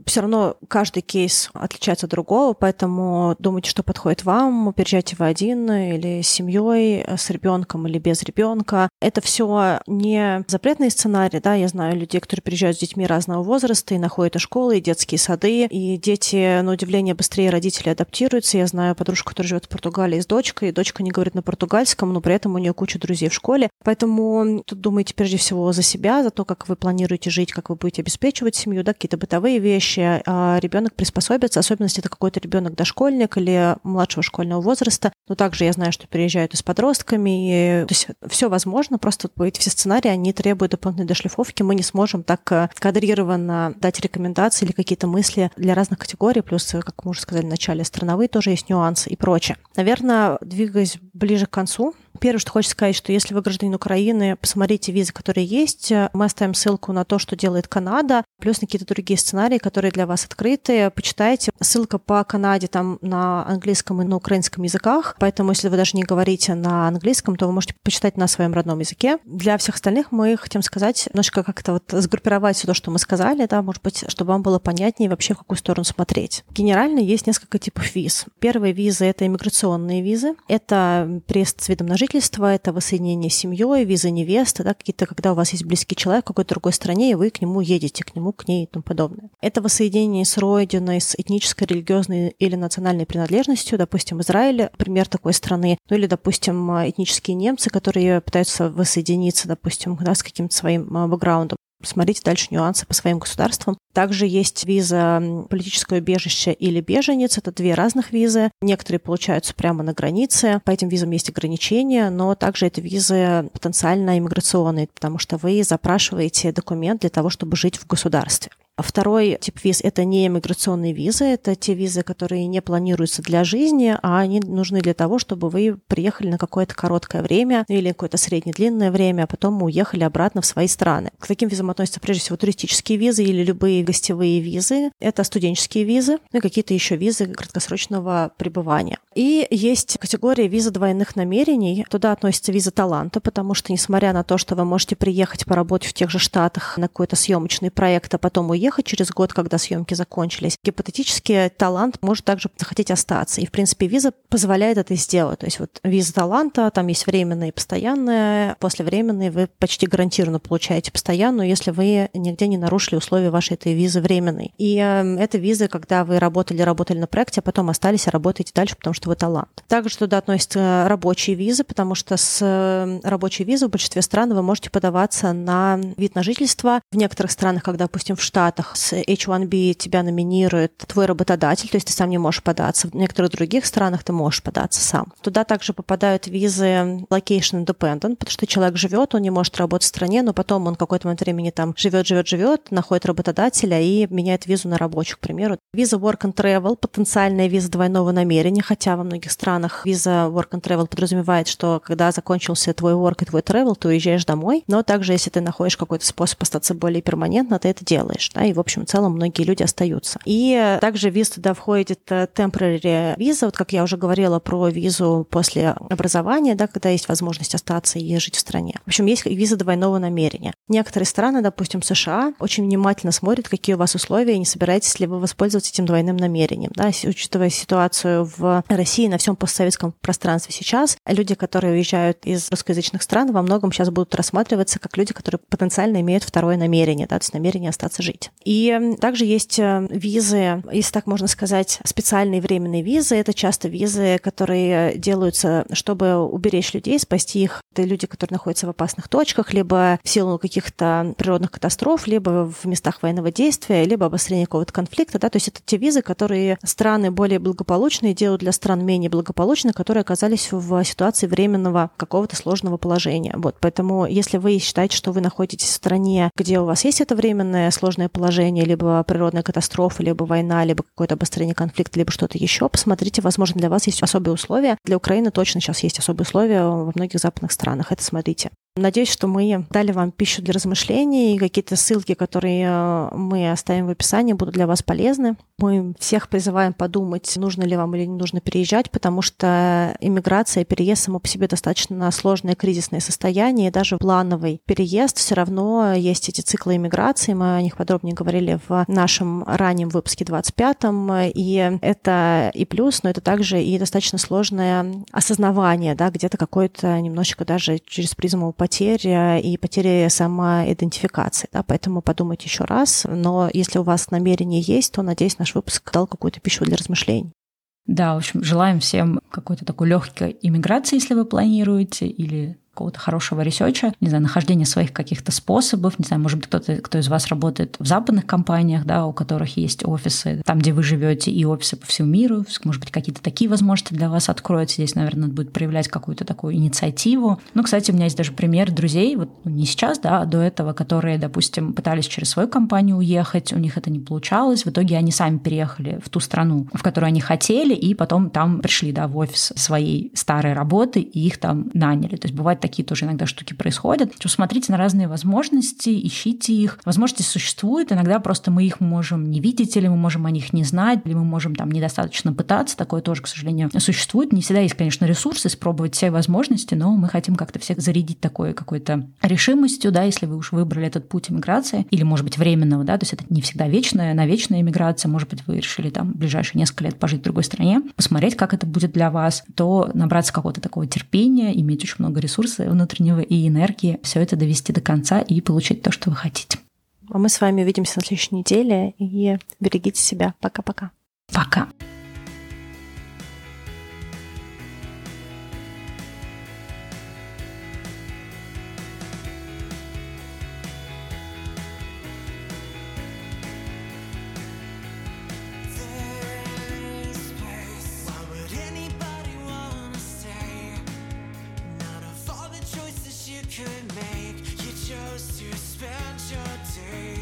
все равно каждый кейс отличается от другого, поэтому думайте, что подходит вам. Переезжайте вы один или с семьей, с ребенком или без ребенка. Это все не запретные сценарии, да, я знаю людей, которые приезжают с детьми разного возраста и находят и школы, и детские сады, и дети, на удивление, быстрее родители адаптируются. Я знаю подружку, которая живет в Португалии с дочкой, и дочка не говорит на португальском, но при этом у нее куча друзей в школе. Поэтому тут думайте прежде всего за себя, за то, как вы планируете жить, как вы будете обеспечивать семью, да, какие-то бытовые вещи. А ребенок приспособится, особенно если это какой-то ребенок дошкольник или младшего школьного возраста. Но также я знаю, что переезжают и с подростками. То есть все возможно, просто эти все сценарии, они требуют дополнительной дошлифовки. Мы не сможем так кадрированно дать рекомендации или какие-то мысли для разных категорий. Плюс, как мы уже сказали в начале, страновые тоже есть нюансы и прочее. Наверное, двигаясь ближе к концу, первое, что хочется сказать, что если вы гражданин Украины, посмотрите визы, которые есть. Мы оставим ссылку на то, что делает Канада, плюс на какие-то другие сценарии, которые для вас открыты. Почитайте. Ссылка по Канаде там на английском и на украинском языках, поэтому если вы даже не говорите на английском, то вы можете почитать на своем родном языке. Для всех остальных мы хотим сказать, немножко как-то вот сгруппировать все то, что мы сказали, да, может быть, чтобы вам было понятнее вообще, в какую сторону смотреть. Генерально есть несколько типов виз. Первые визы — это иммиграционные визы. Это приезд с видом на жительство, это воссоединение с семьей, виза невесты, да, какие-то, когда у вас есть близкий человек в какой-то другой стране, и вы к нему едете, к нему, к ней и тому подобное. Это воссоединение с родиной, с этнической, религиозной или национальной принадлежностью, допустим, Израиль, пример такой страны, ну или, допустим, этнические немцы, которые пытаются воссоединиться, допустим, да, с каким-то своим бэкграундом. Смотрите дальше нюансы по своим государствам. Также есть виза политическое убежище или беженец. Это две разных визы. Некоторые получаются прямо на границе. По этим визам есть ограничения, но также это визы потенциально иммиграционные, потому что вы запрашиваете документ для того, чтобы жить в государстве. Второй тип виз — это не иммиграционные визы, это те визы, которые не планируются для жизни, а они нужны для того, чтобы вы приехали на какое-то короткое время или какое-то средне-длинное время, а потом уехали обратно в свои страны. К таким визам относятся прежде всего туристические визы или любые гостевые визы. Это студенческие визы, ну и какие-то еще визы краткосрочного пребывания. И есть категория виза двойных намерений. Туда относится виза таланта, потому что, несмотря на то, что вы можете приехать поработать в тех же Штатах на какой-то съемочный проект, а потом уехать через год, когда съемки закончились, гипотетически талант может также захотеть остаться. И, в принципе, виза позволяет это сделать. То есть вот виза таланта, там есть временная и постоянная. После временной вы почти гарантированно получаете постоянную, если вы нигде не нарушили условия вашей этой визы временной. И это визы, когда вы работали на проекте, а потом остались и работаете дальше, потому что вы талант. Также туда относятся рабочие визы, потому что с рабочей визы в большинстве стран вы можете подаваться на вид на жительство. В некоторых странах, как, допустим, в Штатах, с H1B тебя номинирует твой работодатель, то есть ты сам не можешь податься. В некоторых других странах ты можешь податься сам. Туда также попадают визы location independent, потому что человек живет, он не может работать в стране, но потом он какой-то момент времени там живет, находит работодателя и меняет визу на рабочую, к примеру. Виза work and travel, потенциальная виза двойного намерения, хотя во многих странах виза work and travel подразумевает, что когда закончился твой work и твой travel, ты уезжаешь домой, но также если ты находишь какой-то способ остаться более перманентно, ты это делаешь, да, и в общем и целом многие люди остаются. И также в визу туда входит temporary виза, вот как я уже говорила про визу после образования, да, когда есть возможность остаться и жить в стране. В общем, есть виза двойного намерения. Некоторые страны, допустим, США, очень внимательно смотрят, какие у вас условия, и не собираетесь ли вы воспользоваться этим двойным намерением. Да, учитывая ситуацию в России, на всем постсоветском пространстве сейчас, люди, которые уезжают из русскоязычных стран, во многом сейчас будут рассматриваться как люди, которые потенциально имеют второе намерение, да, то есть намерение остаться жить. И также есть визы, если так можно сказать, специальные временные визы. Это часто визы, которые делаются, чтобы уберечь людей, спасти их. Это люди, которые находятся в опасных точках, либо в силу каких-то природных катастроф, либо в местах военного действия, либо обострения какого-то конфликта. Да? То есть это те визы, которые страны более благополучные делают для стран менее благополучных, которые оказались в ситуации временного какого-то сложного положения. Вот. Поэтому если вы считаете, что вы находитесь в стране, где у вас есть это временное сложное положение, либо природная катастрофа, либо война, либо какое-то обострение конфликта, либо что-то еще, посмотрите, возможно, для вас есть особые условия. Для Украины точно сейчас есть особые условия во многих западных странах. Это смотрите. Надеюсь, что мы дали вам пищу для размышлений, и какие-то ссылки, которые мы оставим в описании, будут для вас полезны. Мы всех призываем подумать, нужно ли вам или не нужно переезжать, потому что иммиграция и переезд само по себе достаточно сложное кризисное состояние, и даже плановый переезд все равно есть эти циклы иммиграции. Мы о них подробнее говорили в нашем раннем выпуске 25-м, и это и плюс, но это также и достаточно сложное осознавание, да, где-то какое-то немножечко даже через призму потерь и потери самоидентификации. Да, поэтому подумайте еще раз. Но если у вас намерение есть, то, надеюсь, наш выпуск дал какую-то пищу для размышлений. Да, в общем, желаем всем какой-то такой легкой иммиграции, если вы планируете, или какого-то хорошего ресерча, не знаю, нахождения своих каких-то способов, не знаю, может быть, кто из вас работает в западных компаниях, да, у которых есть офисы там, где вы живете, и офисы по всему миру, может быть, какие-то такие возможности для вас откроются. Здесь, наверное, надо будет проявлять какую-то такую инициативу. Ну, кстати, у меня есть даже пример друзей, вот не сейчас, да, а до этого, которые, допустим, пытались через свою компанию уехать, у них это не получалось, в итоге они сами переехали в ту страну, в которую они хотели, и потом там пришли, да, в офис своей старой работы, и их там наняли. То есть бывает такие тоже иногда штуки происходят. Смотрите на разные возможности, ищите их. Возможности существуют, иногда просто мы их можем не видеть, или мы можем о них не знать, или мы можем там недостаточно пытаться. Такое тоже, к сожалению, существует. Не всегда есть, конечно, ресурсы испробовать все возможности, но мы хотим как-то всех зарядить такой какой-то решимостью, да, если вы уж выбрали этот путь иммиграции, или, может быть, временного, да, то есть это не всегда вечная иммиграция, может быть, вы решили там в ближайшие несколько лет пожить в другой стране, посмотреть, как это будет для вас, то набраться какого-то такого терпения, иметь очень много ресурсов внутреннего и энергии, все это довести до конца и получить то, что вы хотите. А мы с вами увидимся на следующей неделе, и берегите себя. Пока-пока. Пока. Could make you chose to spend your day